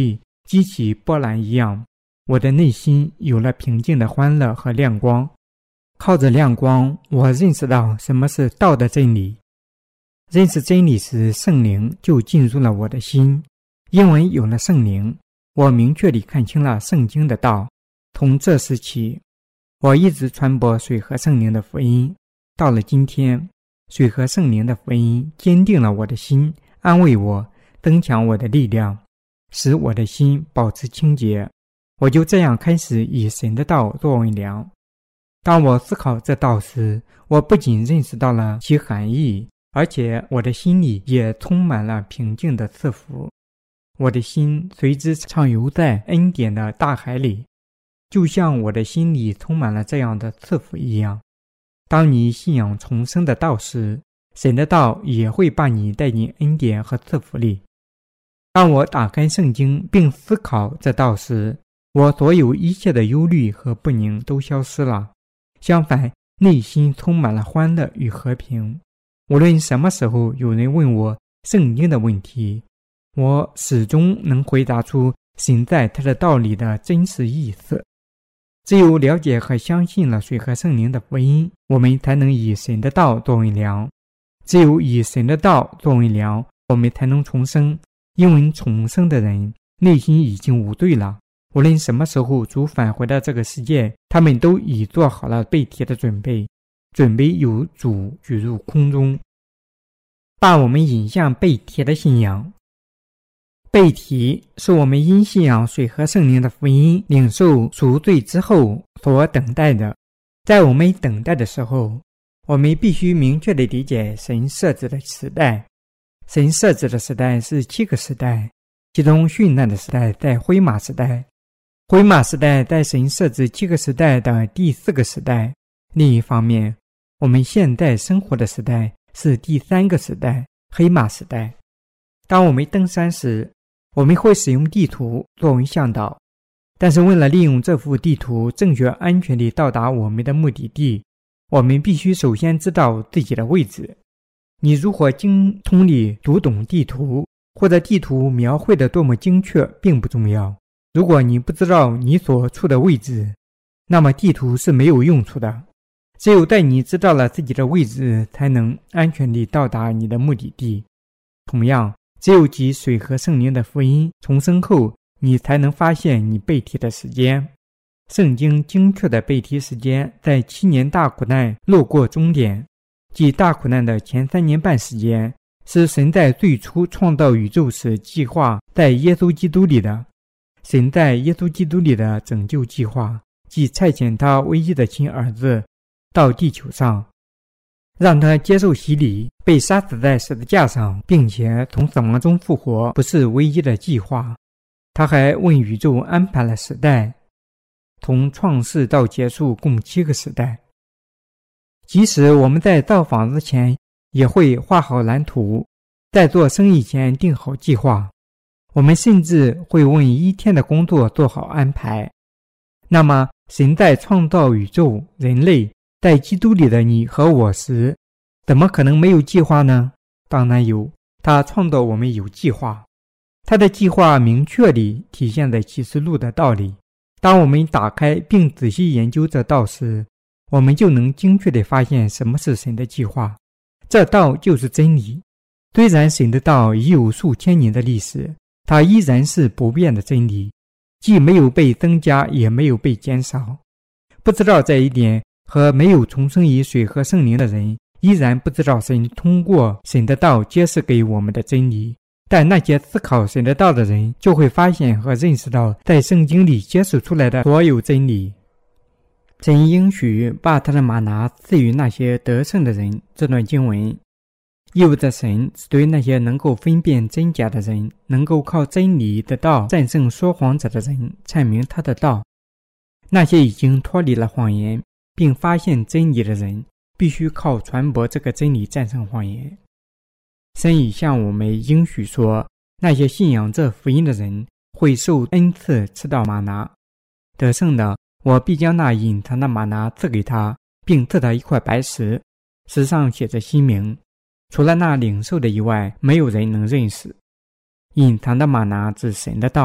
激起波澜一样，我的内心有了平静的欢乐和亮光。靠着亮光，我认识到什么是道的真理。认识真理时，圣灵就进入了我的心。因为有了圣灵，我明确地看清了圣经的道。从这时起，我一直传播水和圣灵的福音。到了今天，水和圣灵的福音坚定了我的心，安慰我，增强我的力量，使我的心保持清洁。我就这样开始以神的道作为粮。当我思考这道时，我不仅认识到了其含义，而且我的心里也充满了平静的赐福。我的心随之畅游在恩典的大海里，就像我的心里充满了这样的赐福一样。当你信仰重生的道时，神的道也会把你带进恩典和赐福里。当我打开圣经并思考这道时，我所有一切的忧虑和不宁都消失了。相反，内心充满了欢乐与和平。无论什么时候有人问我圣经的问题，我始终能回答出神在他的道理的真实意思。只有了解和相信了水和圣灵的福音，我们才能以神的道作为粮。只有以神的道作为粮，我们才能重生。因为重生的人内心已经无罪了。无论什么时候主返回到这个世界，他们都已做好了被提的准备，准备由主举入空中，把我们引向被提的信仰。被提是我们因信仰水和圣灵的福音领受赎罪之后所等待的。在我们等待的时候，我们必须明确地理解神设置的时代。神设置的时代是7个时代，其中殉难的时代在灰马时代。灰马时代在神设置7个时代的第4个时代。另一方面，我们现在生活的时代是第3个时代，黑马时代。当我们登山时，我们会使用地图作为向导，但是为了利用这幅地图正确安全地到达我们的目的地，我们必须首先知道自己的位置。你如何精通地读懂地图，或者地图描绘得多么精确并不重要。如果你不知道你所处的位置，那么地图是没有用处的。只有在你知道了自己的位置，才能安全地到达你的目的地。同样，只有集水和圣灵的福音重生后，你才能发现你被提的时间。圣经精确的被提时间在7年大苦难路过终点，即大苦难的前3年半时间，是神在最初创造宇宙时计划在耶稣基督里的。神在耶稣基督里的拯救计划，即差遣他唯一的亲儿子到地球上，让他接受洗礼，被杀死在十字架上，并且从死亡中复活，不是唯一的计划。他还为宇宙安排了时代，从创世到结束共7个时代。即使我们在造房子前也会画好蓝图，在做生意前定好计划，我们甚至会为一天的工作做好安排。那么神在创造宇宙、人类，在基督里的你和我时，怎么可能没有计划呢？当然有，他创造我们有计划。他的计划明确地体现在启示录的道理。当我们打开并仔细研究这道时，我们就能精确地发现什么是神的计划。这道就是真理。虽然神的道已有数千年的历史，它依然是不变的真理，既没有被增加，也没有被减少。不知道这一点和没有重生于水和圣灵的人，依然不知道神通过神的道揭示给我们的真理。但那些思考神的道的人，就会发现和认识到在圣经里揭示出来的所有真理。神应许把他的玛拿赐予那些得胜的人，这段经文意味着神是对那些能够分辨真假的人，能够靠真理的道战胜说谎者的人阐明他的道。那些已经脱离了谎言并发现真理的人，必须靠传播这个真理战胜谎言。神已向我们应许说，那些信仰这福音的人会受恩赐吃到玛拿。得胜的，我必将那隐藏的玛拿赐给他，并赐他一块白石，石上写着新名，除了那领受的以外，没有人能认识。隐藏的玛拿指神的道，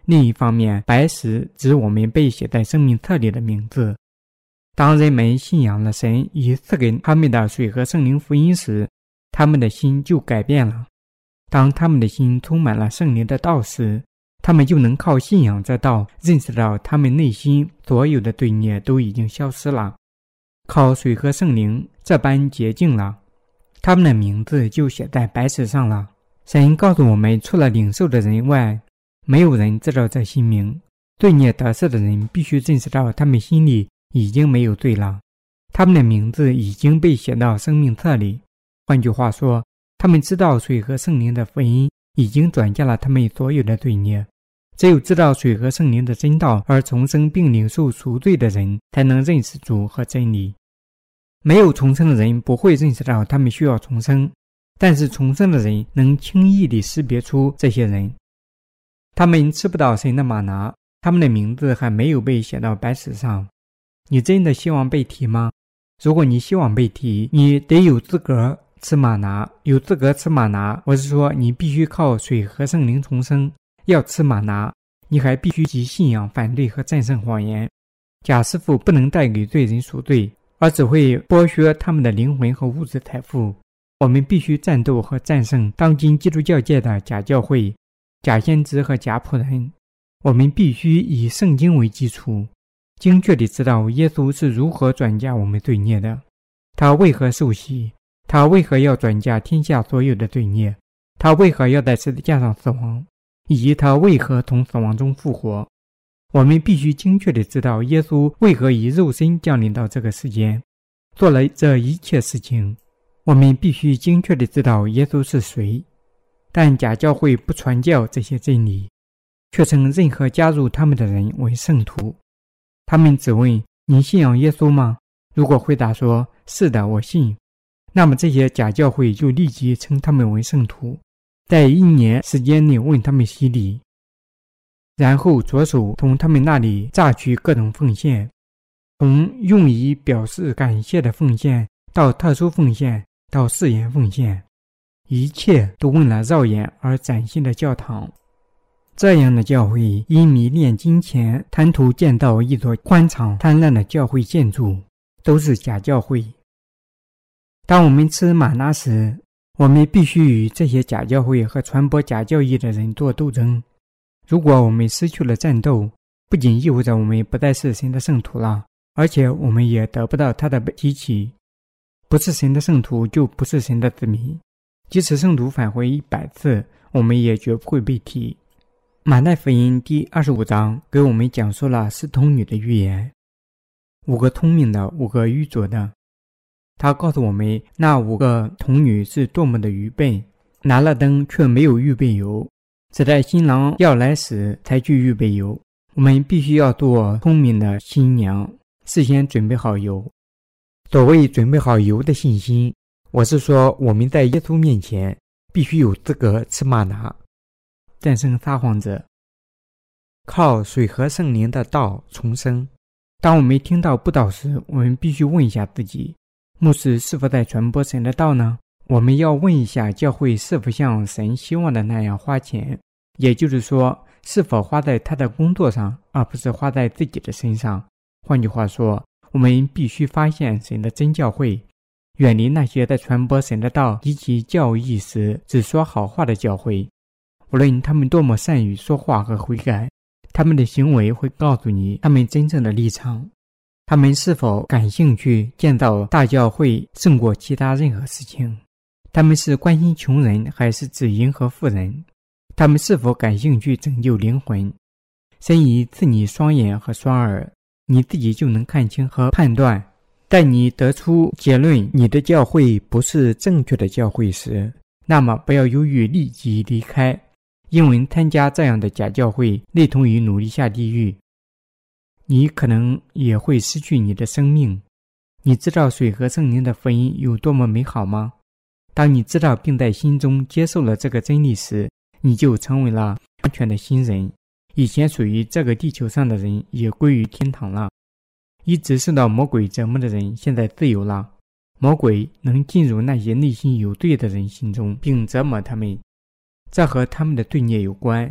另一方面，白石指我们被写在生命册里的名字。当人们信仰了神已赐给他们的水和圣灵福音时，他们的心就改变了。当他们的心充满了圣灵的道时，他们就能靠信仰这道认识到他们内心所有的罪孽都已经消失了，靠水和圣灵这般洁净了，他们的名字就写在白石上了。神告诉我们，除了领受的人外，没有人知道这姓名。罪孽得赦的人必须认识到他们心里已经没有罪了，他们的名字已经被写到生命册里。换句话说，他们知道水和圣灵的福音已经转嫁了他们所有的罪孽。只有知道水和圣灵的真道而重生并领受赎罪的人，才能认识主和真理。没有重生的人不会认识到他们需要重生，但是重生的人能轻易地识别出这些人。他们吃不到神的玛拿，他们的名字还没有被写到白石上。你真的希望被提吗？如果你希望被提，你得有资格吃玛拿。有资格吃玛拿，我是说你必须靠水和圣灵重生。要吃玛拿，你还必须以信仰反对和战胜谎言。假师傅不能带给罪人赎罪，而只会剥削他们的灵魂和物质财富。我们必须战斗和战胜当今基督教界的假教会、假先知和假仆人。我们必须以圣经为基础，精确地知道耶稣是如何转嫁我们罪孽的，他为何受洗，他为何要转嫁天下所有的罪孽，他为何要在十字架上死亡，以及他为何从死亡中复活。我们必须精确地知道耶稣为何以肉身降临到这个世间，做了这一切事情。我们必须精确地知道耶稣是谁。但假教会不传教这些真理，却称任何加入他们的人为圣徒。他们只问，你信仰耶稣吗？如果回答说是的，我信，那么这些假教会就立即称他们为圣徒，在1年时间内问他们洗礼，然后着手从他们那里榨取各种奉献，从用以表示感谢的奉献到特殊奉献到誓言奉献，一切都为了绕眼而崭新的教堂。这样的教会因迷恋金钱，贪图建造一座宽敞灿烂的教会建筑，都是假教会。当我们吃玛拿时，我们必须与这些假教会和传播假教义的人做斗争。如果我们失去了战斗，不仅意味着我们不再是神的圣徒了，而且我们也得不到他的提起。不是神的圣徒就不是神的子民，即使圣徒返回100次，我们也绝不会被提。马太福音第25章给我们讲述了4童女的预言，5个聪明的，5个愚拙的。他告诉我们那5个童女是多么的愚笨，拿了灯却没有预备油，只在新郎要来时才去预备油。我们必须要做聪明的新娘，事先准备好油。所谓准备好油的信心，我是说我们在耶稣面前必须有资格吃玛拿，战胜撒谎者，靠水和圣灵的道重生。当我们听到布道时，我们必须问一下自己，牧师是否在传播神的道呢？我们要问一下教会是否像神希望的那样花钱，也就是说，是否花在他的工作上，而不是花在自己的身上。换句话说，我们必须发现神的真教会，远离那些在传播神的道及其教义时只说好话的教会。无论他们多么善于说话和悔改，他们的行为会告诉你他们真正的立场。他们是否感兴趣建造大教会胜过其他任何事情？他们是关心穷人还是只迎合富人？他们是否感兴趣拯救灵魂？神已赐你双眼和双耳，你自己就能看清和判断。在你得出结论你的教会不是正确的教会时，那么不要犹豫，立即离开，因为参加这样的假教会类同于努力下地狱。你可能也会失去你的生命。你知道水和圣灵的福音有多么美好吗？当你知道并在心中接受了这个真理时，你就成为了完全的新人。以前属于这个地球上的人也归于天堂了。一直受到魔鬼折磨的人现在自由了。魔鬼能进入那些内心有罪的人心中并折磨他们，这和他们的罪孽有关。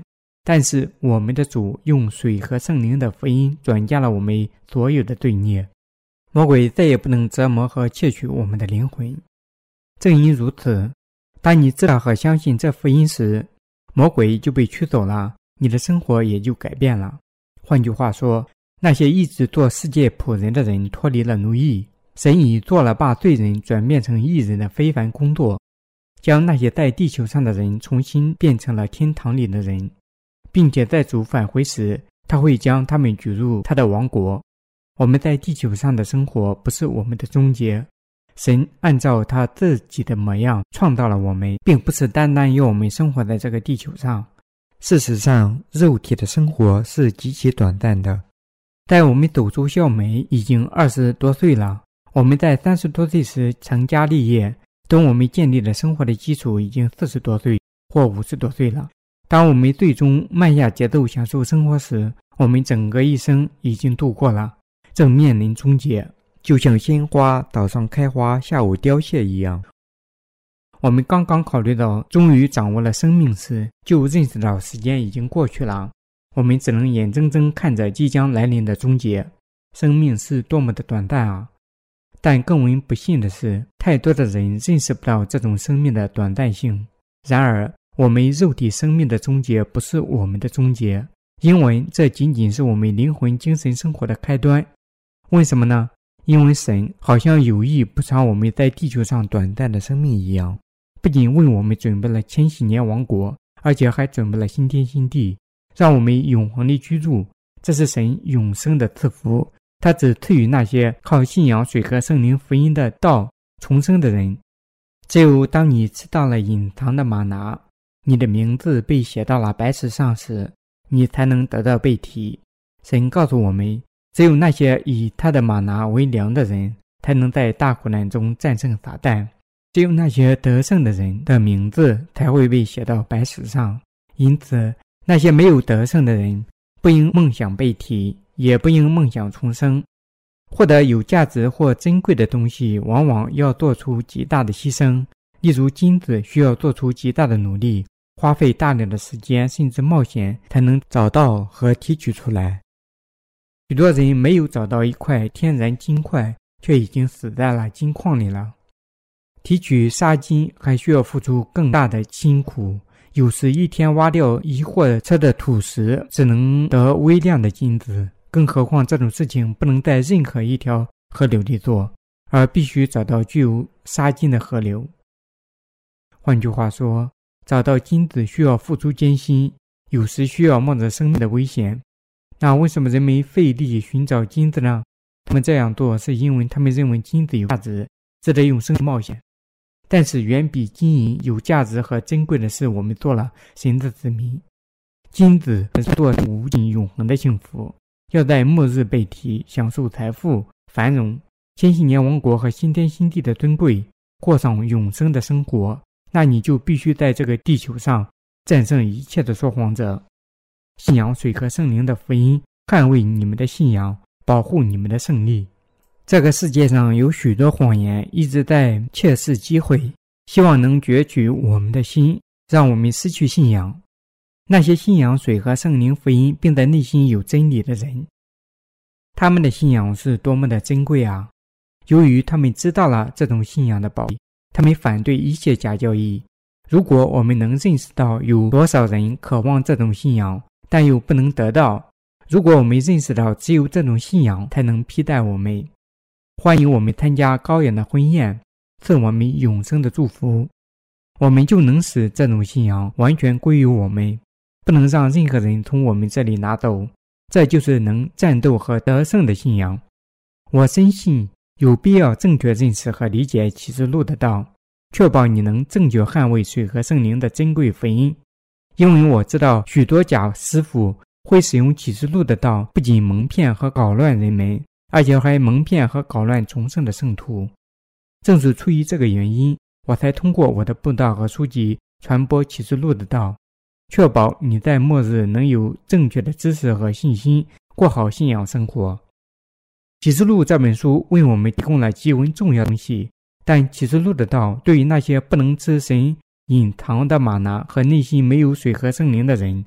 但是我们的主用水和圣灵的福音转嫁了我们所有的罪孽，魔鬼再也不能折磨和窃取我们的灵魂。正因如此，当你知道和相信这福音时，魔鬼就被驱走了，你的生活也就改变了。换句话说，那些一直做世界仆人的人脱离了奴役，神已做了把罪人转变成义人的非凡工作，将那些在地球上的人重新变成了天堂里的人，并且在主返回时，他会将他们举入他的王国。我们在地球上的生活不是我们的终结，神按照他自己的模样创造了我们，并不是单单要我们生活在这个地球上。事实上，肉体的生活是极其短暂的。在我们走出校门已经20多岁了，我们在30多岁时成家立业，等我们建立了生活的基础已经40多岁或50多岁了。当我们最终慢下节奏享受生活时，我们整个一生已经度过了，正面临终结，就像鲜花早上开花下午凋谢一样。我们刚刚考虑到终于掌握了生命时，就认识到时间已经过去了，我们只能眼睁睁看着即将来临的终结。生命是多么的短暂啊！但更为不幸的是，太多的人认识不到这种生命的短暂性。然而，我们肉体生命的终结不是我们的终结，因为这仅仅是我们灵魂精神生活的开端。为什么呢？因为神好像有意补偿我们在地球上短暂的生命一样，不仅为我们准备了千禧年王国，而且还准备了新天新地，让我们永恒地居住。这是神永生的赐福，他只赐予那些靠信仰水和圣灵福音的道重生的人。只有当你吃到了隐藏的玛拿，你的名字被写到了白石上时，你才能得到被提。神告诉我们，只有那些以他的玛拿为粮的人，才能在大苦难中战胜撒旦。只有那些得胜的人的名字才会被写到白石上。因此，那些没有得胜的人，不应梦想被提，也不应梦想重生。获得有价值或珍贵的东西，往往要做出极大的牺牲。例如金子需要做出极大的努力，花费大量的时间甚至冒险才能找到和提取出来。许多人没有找到一块天然金块，却已经死在了金矿里了。提取沙金还需要付出更大的辛苦，有时一天挖掉1货车的土石只能得微量的金子，更何况这种事情不能在任何一条河流里做，而必须找到具有沙金的河流。换句话说，找到金子需要付出艰辛，有时需要冒着生命的危险。那为什么人们费力寻找金子呢？他们这样做是因为他们认为金子有价值，值得用生命冒险。但是远比金银有价值和珍贵的是，我们做了神的子民。金子是做无尽永恒的幸福，要在末日被提，享受财富、繁荣、千禧年王国和新天新地的尊贵，过上永生的生活，那你就必须在这个地球上战胜一切的说谎者。信仰水和圣灵的福音，捍卫你们的信仰，保护你们的胜利。这个世界上有许多谎言一直在窃视机会，希望能攫取我们的心，让我们失去信仰。那些信仰水和圣灵福音并在内心有真理的人，他们的信仰是多么的珍贵啊！由于他们知道了这种信仰的宝贵，他们反对一切假教义。如果我们能认识到有多少人渴望这种信仰，但又不能得到，如果我们认识到只有这种信仰才能披戴我们，欢迎我们参加羔羊的婚宴，赐我们永生的祝福，我们就能使这种信仰完全归于我们，不能让任何人从我们这里拿走。这就是能战斗和得胜的信仰。我深信有必要正确认识和理解启示录的道，确保你能正确捍卫水和圣灵的珍贵福音。因为我知道许多假师傅会使用启示录的道，不仅蒙骗和搞乱人们，而且还蒙骗和搞乱重生的圣徒。正是出于这个原因，我才通过我的布道和书籍传播启示录的道，确保你在末日能有正确的知识和信心，过好信仰生活。启示录这本书为我们提供了极为重要的东西，但启示录的道对于那些不能吃神隐藏的玛拿和内心没有水和圣灵的人，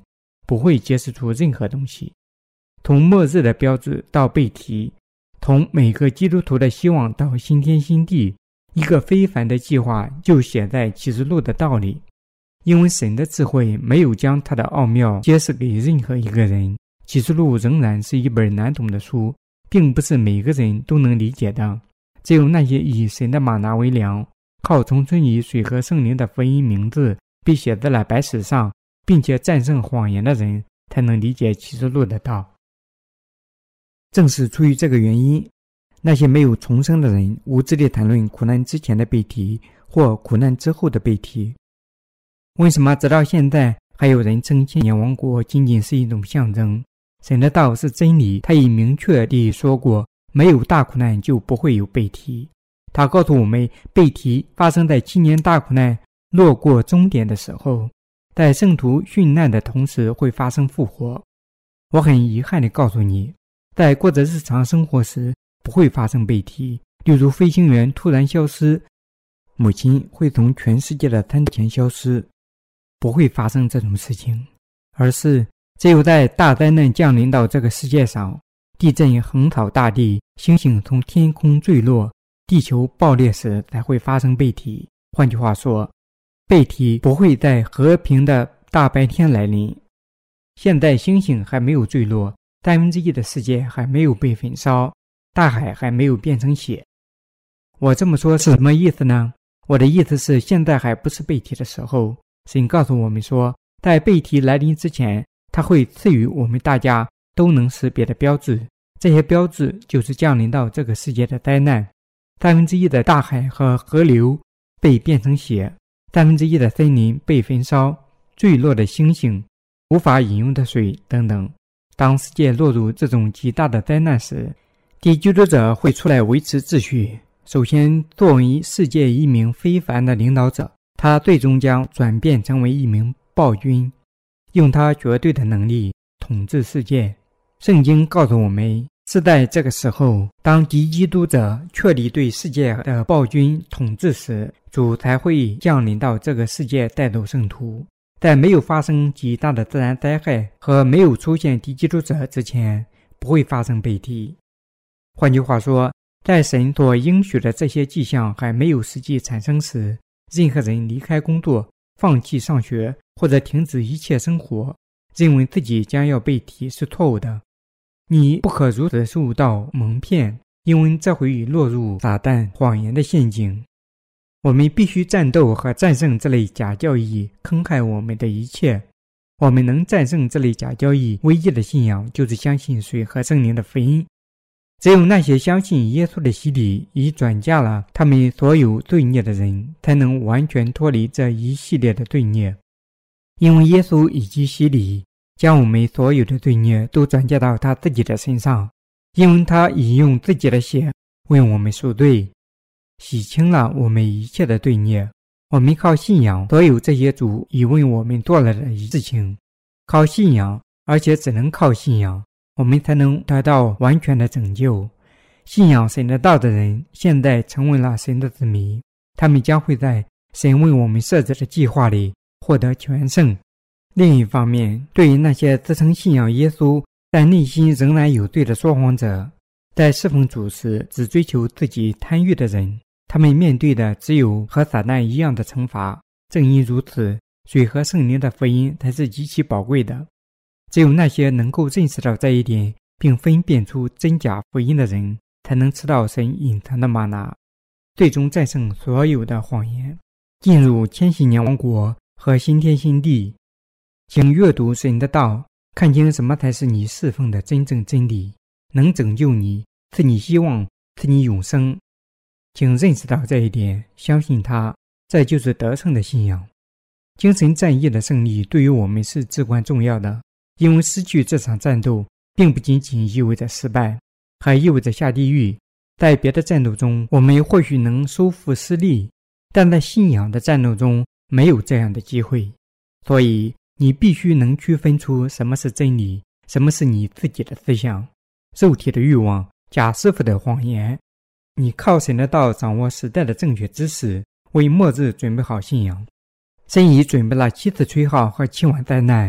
不会揭示出任何东西。从末日的标志到被提，从每个基督徒的希望到新天新地，一个非凡的计划就写在启示录的道里。因为神的智慧没有将他的奥妙揭示给任何一个人，启示录仍然是一本难懂的书，并不是每个人都能理解的。只有那些以神的玛拿为粮，靠重生于水和圣灵的福音名字被写在了白纸上，并且战胜谎言的人，才能理解启示录的道。正是出于这个原因，那些没有重生的人无知地谈论苦难之前的被提或苦难之后的被提。为什么直到现在还有人称千年王国仅仅是一种象征？神的道是真理，他已明确地说过，没有大苦难就不会有被提。他告诉我们，被提发生在7年大苦难落过终点的时候，在圣徒殉难的同时会发生复活。我很遗憾地告诉你，在过着日常生活时不会发生被提，例如飞行员突然消失，母亲会从全世界的餐前消失，不会发生这种事情，而是只有在大灾难降临到这个世界上，地震横扫大地，星星从天空坠落，地球爆裂时才会发生被提。换句话说，被提不会在和平的大白天来临。现在星星还没有坠落，1/3的世界还没有被焚烧，大海还没有变成血。我这么说是什么意思呢？我的意思是，现在还不是被提的时候。神告诉我们说，在被提来临之前，他会赐予我们大家都能识别的标志，这些标志就是降临到这个世界的灾难。1/3的大海和河流被变成血，1/3的森林被焚烧，坠落的星星，无法饮用的水等等。当世界落入这种极大的灾难时，敌基督者会出来维持秩序。首先，作为世界一名非凡的领导者，他最终将转变成为一名暴君，用他绝对的能力统治世界。圣经告诉我们，是在这个时候，当敌基督者确立对世界的暴君统治时，主才会降临到这个世界，带走圣徒。在没有发生极大的自然灾害和没有出现敌基督者之前，不会发生被提。换句话说，在神所应许的这些迹象还没有实际产生时，任何人离开工作，放弃上学，或者停止一切生活，认为自己将要被提是错误的。你不可如此受到蒙骗，因为这会落入撒旦谎言的陷阱。我们必须战斗和战胜这类假教义坑害我们的一切。我们能战胜这类假教义唯一的信仰，就是相信水和圣灵的福音。只有那些相信耶稣的洗礼已转嫁了他们所有罪孽的人，才能完全脱离这一系列的罪孽。因为耶稣以及洗礼将我们所有的罪孽都转嫁到他自己的身上，因为他已用自己的血为我们赎罪，洗清了我们一切的罪孽。我们靠信仰所有这些主已为我们做了的事情，靠信仰，而且只能靠信仰，我们才能得到完全的拯救。信仰神的道的人现在成为了神的子民，他们将会在神为我们设置的计划里获得全胜。另一方面，对于那些自称信仰耶稣但内心仍然有罪的说谎者，在侍奉主时只追求自己贪欲的人，他们面对的只有和撒旦一样的惩罚。正因如此，水和圣灵的福音才是极其宝贵的。只有那些能够认识到这一点并分辨出真假福音的人，才能吃到神隐藏的玛拿，最终战胜所有的谎言，进入千禧年王国和新天新地。请阅读神的道，看清什么才是你侍奉的真正真理，能拯救你，赐你希望，赐你永生。请认识到这一点，相信它，这就是得胜的信仰。精神战役的胜利对于我们是至关重要的，因为失去这场战斗并不仅仅意味着失败，还意味着下地狱。在别的战斗中我们或许能收复失利，但在信仰的战斗中没有这样的机会。所以你必须能区分出什么是真理，什么是你自己的思想，肉体的欲望，假师傅的谎言。你靠神的道掌握时代的正确知识，为末日准备好信仰。神已准备了7次吹号和7晚灾难，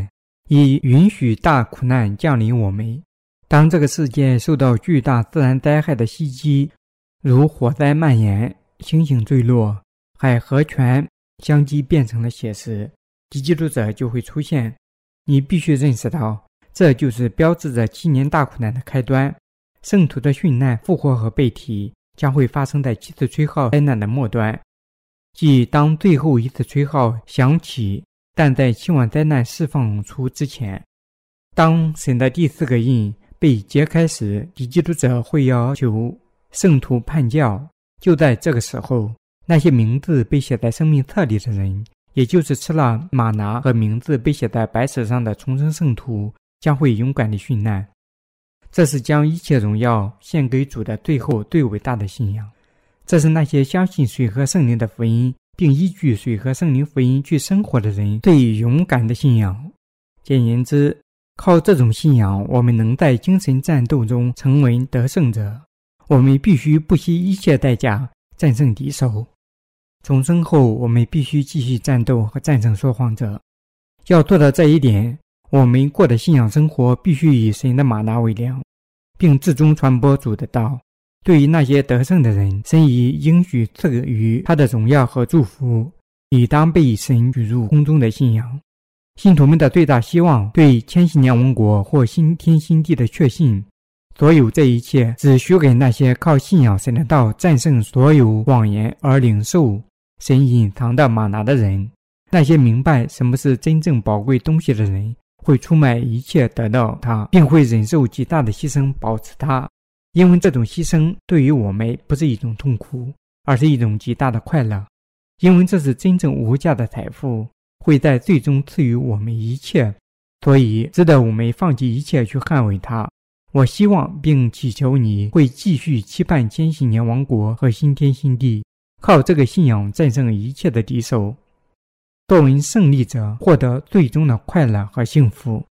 以允许大苦难降临我们。当这个世界受到巨大自然灾害的袭击，如火灾蔓延、星星坠落、海河泉相继变成了血时，敌基督者就会出现。你必须认识到，这就是标志着7年大苦难的开端。圣徒的殉难、复活和被提将会发生在7次吹号灾难的末端，即当最后一次吹号响起，但在希望灾难释放出之前。当神的第4个印被揭开时，敌基督者会要求圣徒叛教。就在这个时候，那些名字被写在生命册里的人，也就是吃了玛拿和名字被写在白石上的重生圣徒，将会勇敢地殉难。这是将一切荣耀献给主的最后最伟大的信仰。这是那些相信水和圣灵的福音，并依据水和圣灵福音去生活的人最勇敢的信仰。简言之，靠这种信仰，我们能在精神战斗中成为得胜者。我们必须不惜一切代价战胜敌手。重生后，我们必须继续战斗和战胜说谎者。要做到这一点，我们过的信仰生活必须以神的玛拿为粮，并至终传播主的道。对于那些得胜的人，神已应许赐予他的荣耀和祝福，理当被神举入空中的信仰。信徒们的最大希望，对千禧年王国或新天新地的确信，所有这一切只许给那些靠信仰神的道战胜所有谎言而领受神隐藏的玛拿的人。那些明白什么是真正宝贵东西的人，会出卖一切得到它，并会忍受极大的牺牲保持它。因为这种牺牲对于我们不是一种痛苦，而是一种极大的快乐。因为这是真正无价的财富，会在最终赐予我们一切，所以值得我们放弃一切去捍卫它。我希望并祈求你会继续期盼千禧年王国和新天新地，靠这个信仰战胜一切的敌手，作为胜利者获得最终的快乐和幸福。